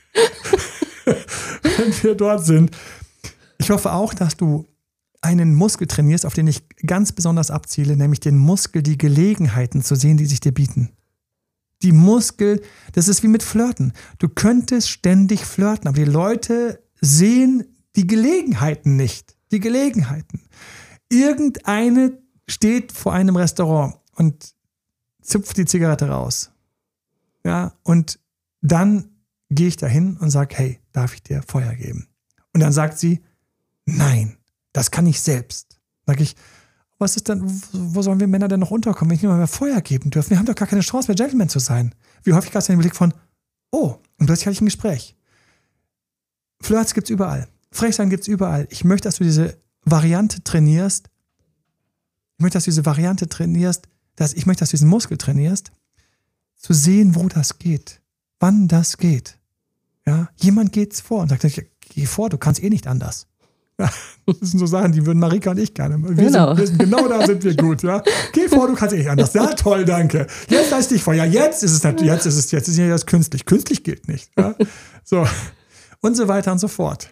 Wenn wir dort sind. Ich hoffe auch, dass du einen Muskel trainierst, auf den ich ganz besonders abziele, nämlich den Muskel, die Gelegenheiten zu sehen, die sich dir bieten. Die Muskel, das ist wie mit Flirten. Du könntest ständig flirten, aber die Leute sehen die Gelegenheiten nicht. Die Gelegenheiten. Irgendeine steht vor einem Restaurant und zupft die Zigarette raus. Ja, und dann gehe ich dahin und sage, hey, darf ich dir Feuer geben? Und dann sagt sie, nein, das kann ich selbst. Sag ich, was ist denn, wo sollen wir Männer denn noch unterkommen, wenn ich nicht mal mehr Feuer geben dürfen? Wir haben doch gar keine Chance mehr, Gentleman zu sein. Wie häufig hast du den Blick von, oh, und plötzlich hatte ich ein Gespräch. Flirts gibt's überall. Frechsein gibt's überall. Ich möchte, dass du diese Variante trainierst. Ich möchte, dass du diesen Muskel trainierst, zu sehen, wo das geht, wann das geht. Ja, jemand geht's vor und sagt, geh vor, du kannst eh nicht anders. Ja, das sind so Sachen, die würden Marika und ich gerne. Wir sind genau da sind wir gut. Ja? Geh vor, du kannst eh nicht anders. Ja, toll, danke. Jetzt leiste ich vor. Ja, jetzt ist ja das künstlich. Künstlich gilt nicht. Ja? So. Und so weiter und so fort.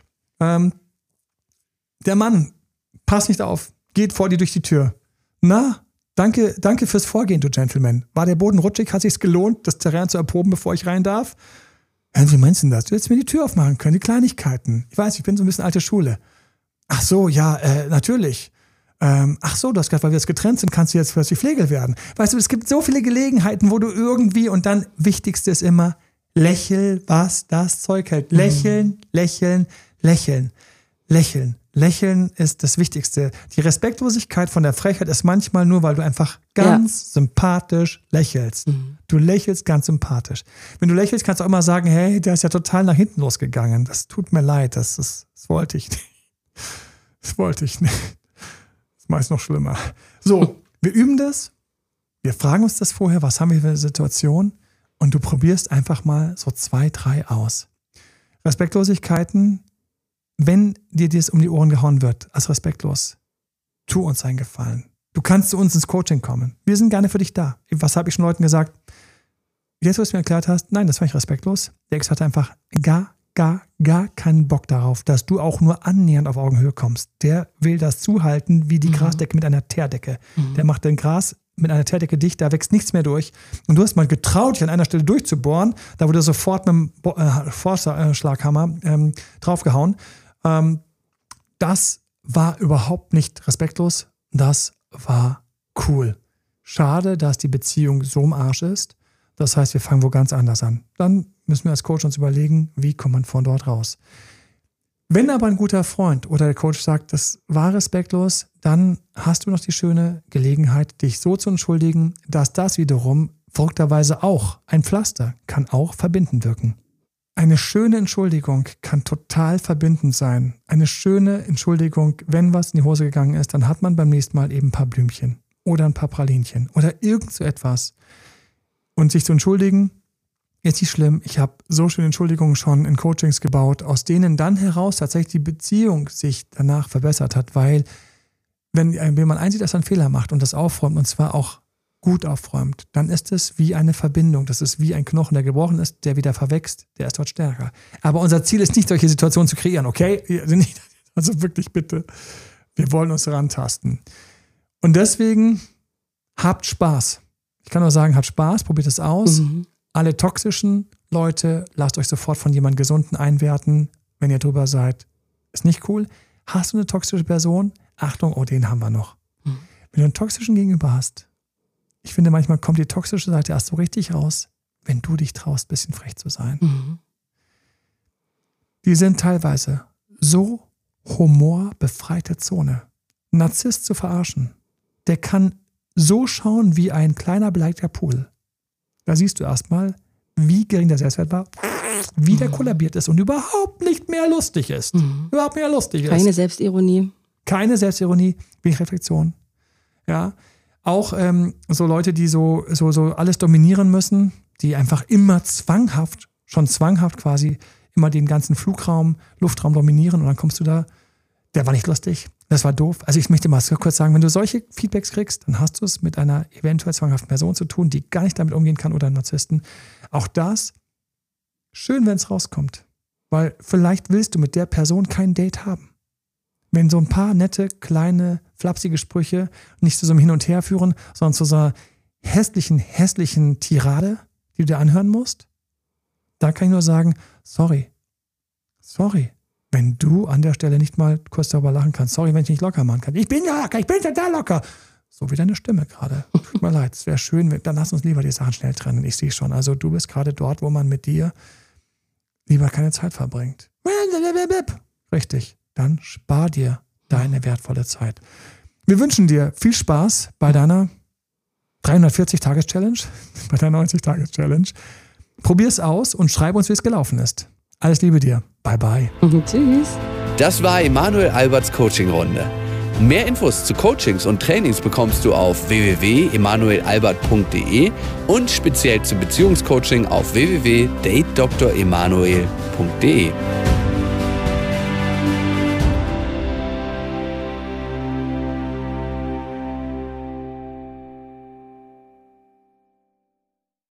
Der Mann, pass nicht auf, geht vor dir durch die Tür. Na, danke fürs Vorgehen, du Gentleman. War der Boden rutschig? Hat sich's gelohnt, das Terrain zu erproben, bevor ich rein darf? Wie meinst du denn das? Du hättest mir die Tür aufmachen können, die Kleinigkeiten. Ich weiß, ich bin so ein bisschen alte Schule. Ach so, ja, natürlich. Ach so, du hast gesagt, weil wir jetzt getrennt sind, kannst du jetzt plötzlich Pflegel werden. Weißt du, es gibt so viele Gelegenheiten, wo du irgendwie, und dann, wichtigste ist immer, lächel, was das Zeug hält. Lächeln, lächeln, lächeln, lächeln. Lächeln ist das Wichtigste. Die Respektlosigkeit von der Frechheit ist manchmal nur, weil du einfach ganz sympathisch lächelst. Du lächelst ganz sympathisch. Wenn du lächelst, kannst du auch immer sagen, hey, der ist ja total nach hinten losgegangen. Das tut mir leid, das wollte ich nicht. Das wollte ich nicht. Das ist meist noch schlimmer. So, wir üben das. Wir fragen uns das vorher, was haben wir für eine Situation? Und du probierst einfach mal so 2, 3 aus. Respektlosigkeiten, wenn dir das um die Ohren gehauen wird, als respektlos, tu uns einen Gefallen. Du kannst zu uns ins Coaching kommen. Wir sind gerne für dich da. Was habe ich schon Leuten gesagt? Jetzt, wo du es mir erklärt hast, nein, das war nicht respektlos. Der Ex hatte einfach gar keinen Bock darauf, dass du auch nur annähernd auf Augenhöhe kommst. Der will das zuhalten wie die Grasdecke mit einer Teerdecke. Der macht den Gras mit einer Teerdecke dicht, da wächst nichts mehr durch. Und du hast mal getraut, dich an einer Stelle durchzubohren, da wurde sofort mit dem Vorschlaghammer draufgehauen. Das war überhaupt nicht respektlos, das war cool. Schade, dass die Beziehung so im Arsch ist. Das heißt, wir fangen wo ganz anders an. Dann müssen wir als Coach uns überlegen, wie kommt man von dort raus. Wenn aber ein guter Freund oder der Coach sagt, das war respektlos, dann hast du noch die schöne Gelegenheit, dich so zu entschuldigen, dass das wiederum verrückterweise auch ein Pflaster kann auch verbindend wirken. Eine schöne Entschuldigung kann total verbindend sein. Eine schöne Entschuldigung, wenn was in die Hose gegangen ist, dann hat man beim nächsten Mal eben ein paar Blümchen oder ein paar Pralinchen oder irgend so etwas. Und sich zu entschuldigen, ist nicht schlimm. Ich habe so schöne Entschuldigungen schon in Coachings gebaut, aus denen dann heraus tatsächlich die Beziehung sich danach verbessert hat, weil wenn jemand einsieht, dass er einen Fehler macht und das aufräumt und zwar auch gut aufräumt, dann ist es wie eine Verbindung. Das ist wie ein Knochen, der gebrochen ist, der wieder verwächst, der ist dort stärker. Aber unser Ziel ist nicht, solche Situationen zu kreieren, okay? Also wirklich bitte. Wir wollen uns rantasten. Und deswegen habt Spaß. Ich kann nur sagen, habt Spaß, probiert es aus. Alle toxischen Leute, lasst euch sofort von jemandem Gesunden einwerten, wenn ihr drüber seid. Ist nicht cool. Hast du eine toxische Person? Achtung, oh, den haben wir noch. Wenn du einen toxischen Gegenüber hast, ich finde, manchmal kommt die toxische Seite erst so richtig raus, wenn du dich traust, ein bisschen frech zu sein. Die sind teilweise so humorbefreite Zone. Ein Narzisst zu verarschen, der kann so schauen wie ein kleiner beleidigter Pool. Da siehst du erstmal, wie gering der Selbstwert war, wie der kollabiert ist und überhaupt nicht mehr lustig ist. Überhaupt mehr lustig ist. Keine Selbstironie. Keine Selbstironie, wenig Reflexion. Ja. Auch so Leute, die so alles dominieren müssen, die einfach immer zwanghaft quasi, immer den ganzen Luftraum dominieren und dann kommst du da, der war nicht lustig, das war doof. Also ich möchte mal kurz sagen, wenn du solche Feedbacks kriegst, dann hast du es mit einer eventuell zwanghaften Person zu tun, die gar nicht damit umgehen kann oder einem Narzissten. Auch das, schön, wenn es rauskommt, weil vielleicht willst du mit der Person kein Date haben. Wenn so ein paar nette, kleine, flapsige Sprüche nicht zu so einem Hin und Her führen, sondern zu so einer hässlichen Tirade, die du dir anhören musst, da kann ich nur sagen, sorry, wenn du an der Stelle nicht mal kurz darüber lachen kannst, sorry, wenn ich nicht locker machen kann. Ich bin ja locker, ich bin total locker. So wie deine Stimme gerade. Tut mir leid, es wäre schön, dann lass uns lieber die Sachen schnell trennen. Ich sehe schon, also du bist gerade dort, wo man mit dir lieber keine Zeit verbringt. Richtig. Dann spar dir deine wertvolle Zeit. Wir wünschen dir viel Spaß bei deiner 340-Tages-Challenge, bei der 90-Tages-Challenge. Probier es aus und schreib uns, wie es gelaufen ist. Alles Liebe dir. Bye, bye. Tschüss. Das war Emanuel Alberts Coaching-Runde. Mehr Infos zu Coachings und Trainings bekommst du auf www.emanuelalbert.de und speziell zum Beziehungscoaching auf www.datedremanuel.de.